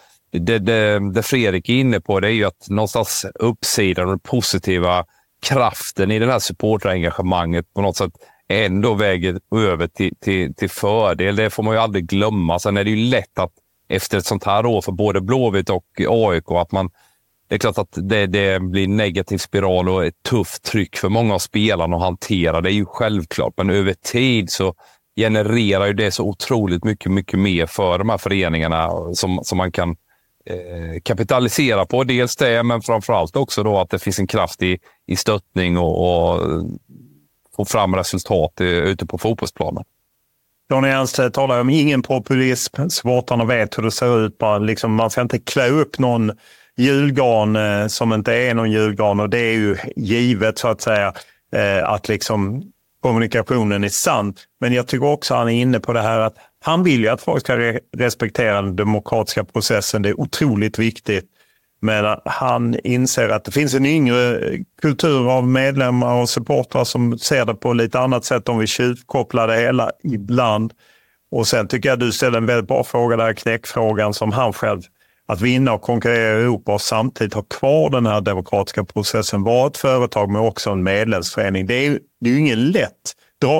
det Fredrik är inne på, det är ju att någonstans uppsidan och den positiva kraften i det här supporterengagemanget på något sätt ändå väger över till fördel. Det får man ju aldrig glömma. Sen är det ju lätt att efter ett sånt här år för både Blåvitt och AIK att det är klart att det blir negativ spiral och ett tufft tryck för många av spelarna att hantera. Det är ju självklart, men över tid så genererar ju det så otroligt mycket mer för de här föreningarna som man kan kapitalisera på. Dels det, men framförallt också då att det finns en kraft i stöttning och få fram resultat ute på fotbollsplanen. Johnny Ernst talar om ingen populism. Supportarna vet hur det ser ut. Liksom, man ska inte klä upp någon julgran som inte är någon julgran, och det är ju givet så att säga att liksom kommunikationen är sann. Men jag tycker också han är inne på det här att han vill ju att folk ska respektera den demokratiska processen. Det är otroligt viktigt. Men han inser att det finns en yngre kultur av medlemmar och supportrar som ser det på lite annat sätt om vi tjuvkopplar det hela ibland. Och sen tycker jag du ställer en väldigt bra fråga där, knäckfrågan som han själv, att vinna och konkurrera i Europa och samtidigt ha kvar den här demokratiska processen. Var ett företag med också en medlemsförening. Det är ju ingen lätt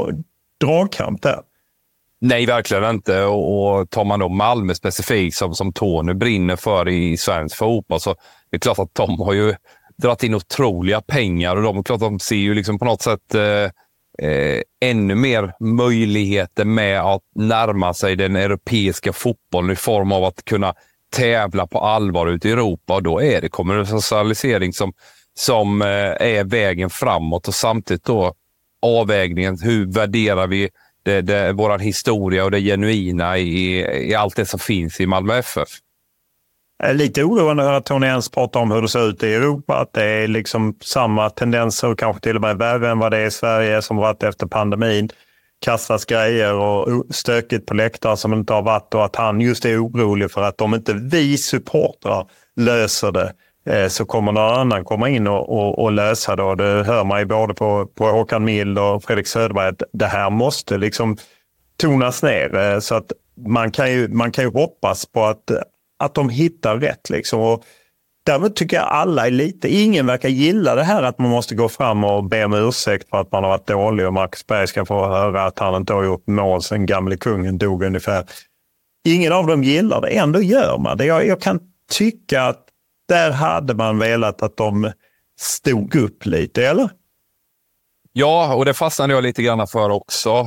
dragkamp där. Nej, verkligen inte. Och tar man då Malmö specifikt som Tony brinner för i svensk fotboll, så det är klart att de har ju dragit in otroliga pengar, och de ser ju liksom på något sätt ännu mer möjligheter med att närma sig den europeiska fotbollen i form av att kunna tävla på allvar ute i Europa, och då är det kommersialisering som är vägen framåt, och samtidigt då avvägningen, hur värderar vi vår historia och det genuina i allt det som finns i Malmö FF. Lite oroande att Tony Ernst pratar om hur det ser ut i Europa, att det är liksom samma tendenser och kanske till och med värre än vad det är i Sverige som varit efter pandemin. Kastas grejer och stökigt på läktare som inte har varit, och att han just är orolig för att om inte vi supportrar löser det så kommer någon annan komma in och lösa det. Och det hör man ju både på Håkan Mild och Fredrik Söderberg att det här måste liksom tonas ner, så att man kan ju hoppas på att de hittar rätt liksom. Och därmed tycker jag alla är ingen verkar gilla det här att man måste gå fram och be om ursäkt för att man har varit dålig, och Marcus Berg ska få höra att han inte har gjort mål sen gamle kungen dog ungefär. Ingen av dem gillar det, ändå gör man det. Jag kan tycka att där hade man velat att de stod upp lite, eller? Ja, och det fastnade jag lite grann för också.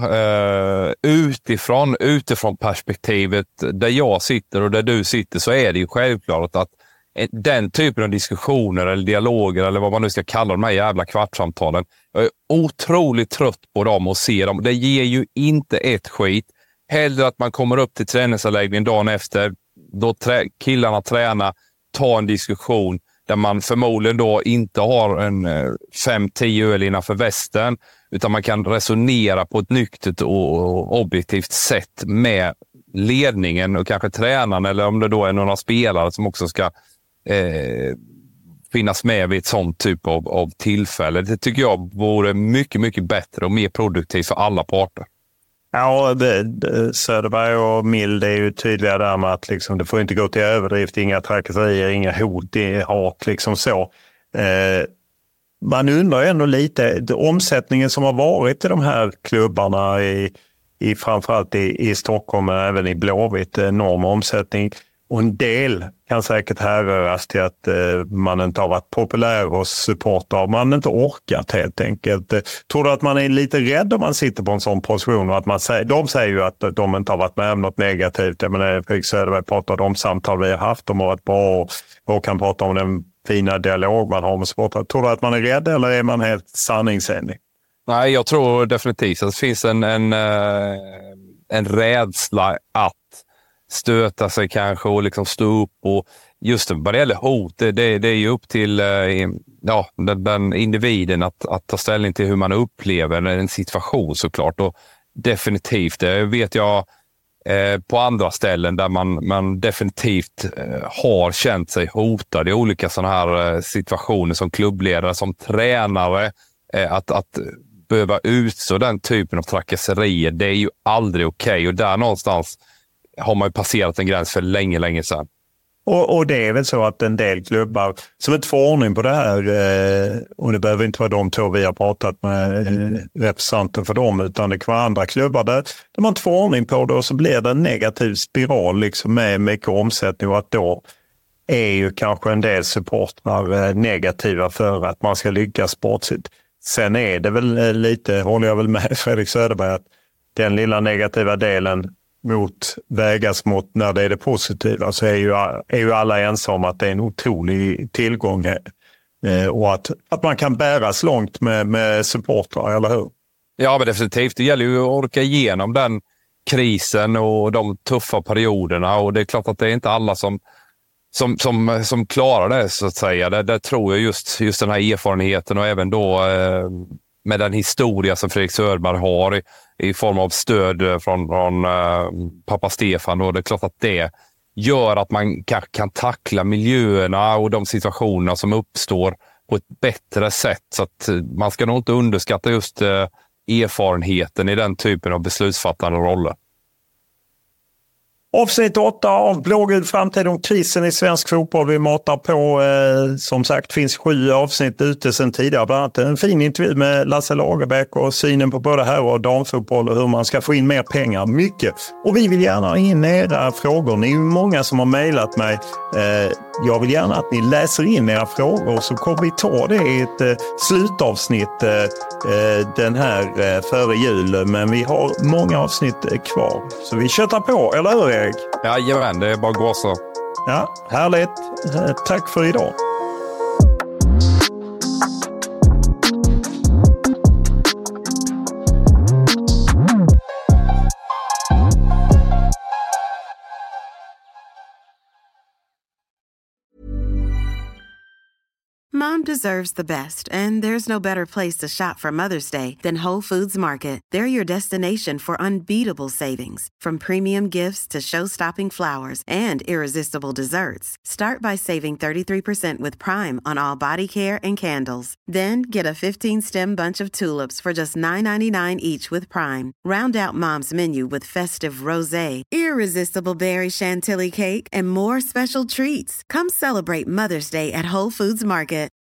Utifrån perspektivet där jag sitter och där du sitter, så är det ju självklart att den typen av diskussioner eller dialoger eller vad man nu ska kalla de här jävla kvartssamtalen, Jag är otroligt trött på dem och se dem. Det ger ju inte ett skit. Hellre att man kommer upp till träningsanläggningen dagen efter, då killarna tränar, ta en diskussion där man förmodligen då inte har en 5-10 öl innanför västen, utan man kan resonera på ett nyktert och objektivt sätt med ledningen och kanske tränaren, eller om det då är några spelare som också ska finnas med vid ett sånt typ av tillfälle. Det tycker jag vore mycket, mycket bättre och mer produktivt för alla parter. Ja, Söderberg och Mild är ju tydliga där med att liksom, det får inte gå till överdrift, inga trakasserier, inga hot, det är hat liksom så. Man undrar ändå lite, omsättningen som har varit i de här klubbarna framförallt i Stockholm men även i Blåvitt, enorm omsättning. Och en del kan säkert härröras till att man inte har varit populär hos supportrar. Man har inte orkat helt enkelt. Tror du att man är lite rädd om man sitter på en sån position? Och att de säger ju att de inte har varit med om något negativt. Jag menar, Fredrik Söderberg pratade om samtal vi har haft. De har varit bra och kan prata om den fina dialog man har med supportrar. Tror du att man är rädd eller är man helt sanningsenlig? Nej, jag tror definitivt att det finns en rädsla att stöta sig kanske och liksom stå upp, och just vad det gäller hot, det är ju upp till den individen att ta ställning till hur man upplever en situation såklart, och definitivt, det vet jag på andra ställen där man definitivt har känt sig hotad i olika sådana här situationer som klubbledare, som tränare, att behöva utstå den typen av trakasserier, det är ju aldrig okej. Och där någonstans har man ju passerat en gräns för länge, länge sedan. Och det är väl så att en del klubbar som inte får ordning på det här, och det behöver inte vara de två vi har pratat med representanter för dem, utan det kan vara andra klubbar där man inte får ordning på det, och så blir det en negativ spiral liksom med mycket omsättning, och att då är ju kanske en del supportrar negativa för att man ska lyckas sportsligt. Sen är det väl lite, håller jag väl med Fredrik Söderberg, att den lilla negativa delen vägas mot när det är det positiva, så är ju alla ensamma att det är en otrolig tillgång och att man kan bäras långt med supportrar, eller hur? Ja, men definitivt. Det gäller ju att orka igenom den krisen och de tuffa perioderna, och det är klart att det är inte alla som klarar det, så att säga. Det tror jag just den här erfarenheten, och även då med den historia som Fredrik Söderberg har i form av stöd från pappa Stefan, och det är klart att det gör att man kan tackla miljöerna och de situationerna som uppstår på ett bättre sätt. Så att man ska nog inte underskatta just erfarenheten i den typen av beslutsfattande roller. Avsnitt 8 av Blågul framtid om krisen i svensk fotboll. Vi matar på, som sagt, finns 7 avsnitt ute sedan tidigare. Bland annat en fin intervju med Lasse Lagerbäck och synen på både här och damfotboll och hur man ska få in mer pengar. Mycket. Och vi vill gärna ha in era frågor. Ni är ju många som har mejlat mig. Jag vill gärna att ni läser in era frågor, så kommer vi ta det i ett slutavsnitt den här före jul. Men vi har många avsnitt kvar. Så vi köttar på, eller hur Erik? Jajamän, det är bara att gå så. Ja, härligt. Tack för idag. Mom deserves the best, and there's no better place to shop for Mother's Day than Whole Foods Market. They're your destination for unbeatable savings, from premium gifts to show-stopping flowers and irresistible desserts. Start by saving 33% with Prime on all body care and candles. Then get a 15-stem bunch of tulips for just $9.99 each with Prime. Round out Mom's menu with festive rosé, irresistible berry chantilly cake, and more special treats. Come celebrate Mother's Day at Whole Foods Market.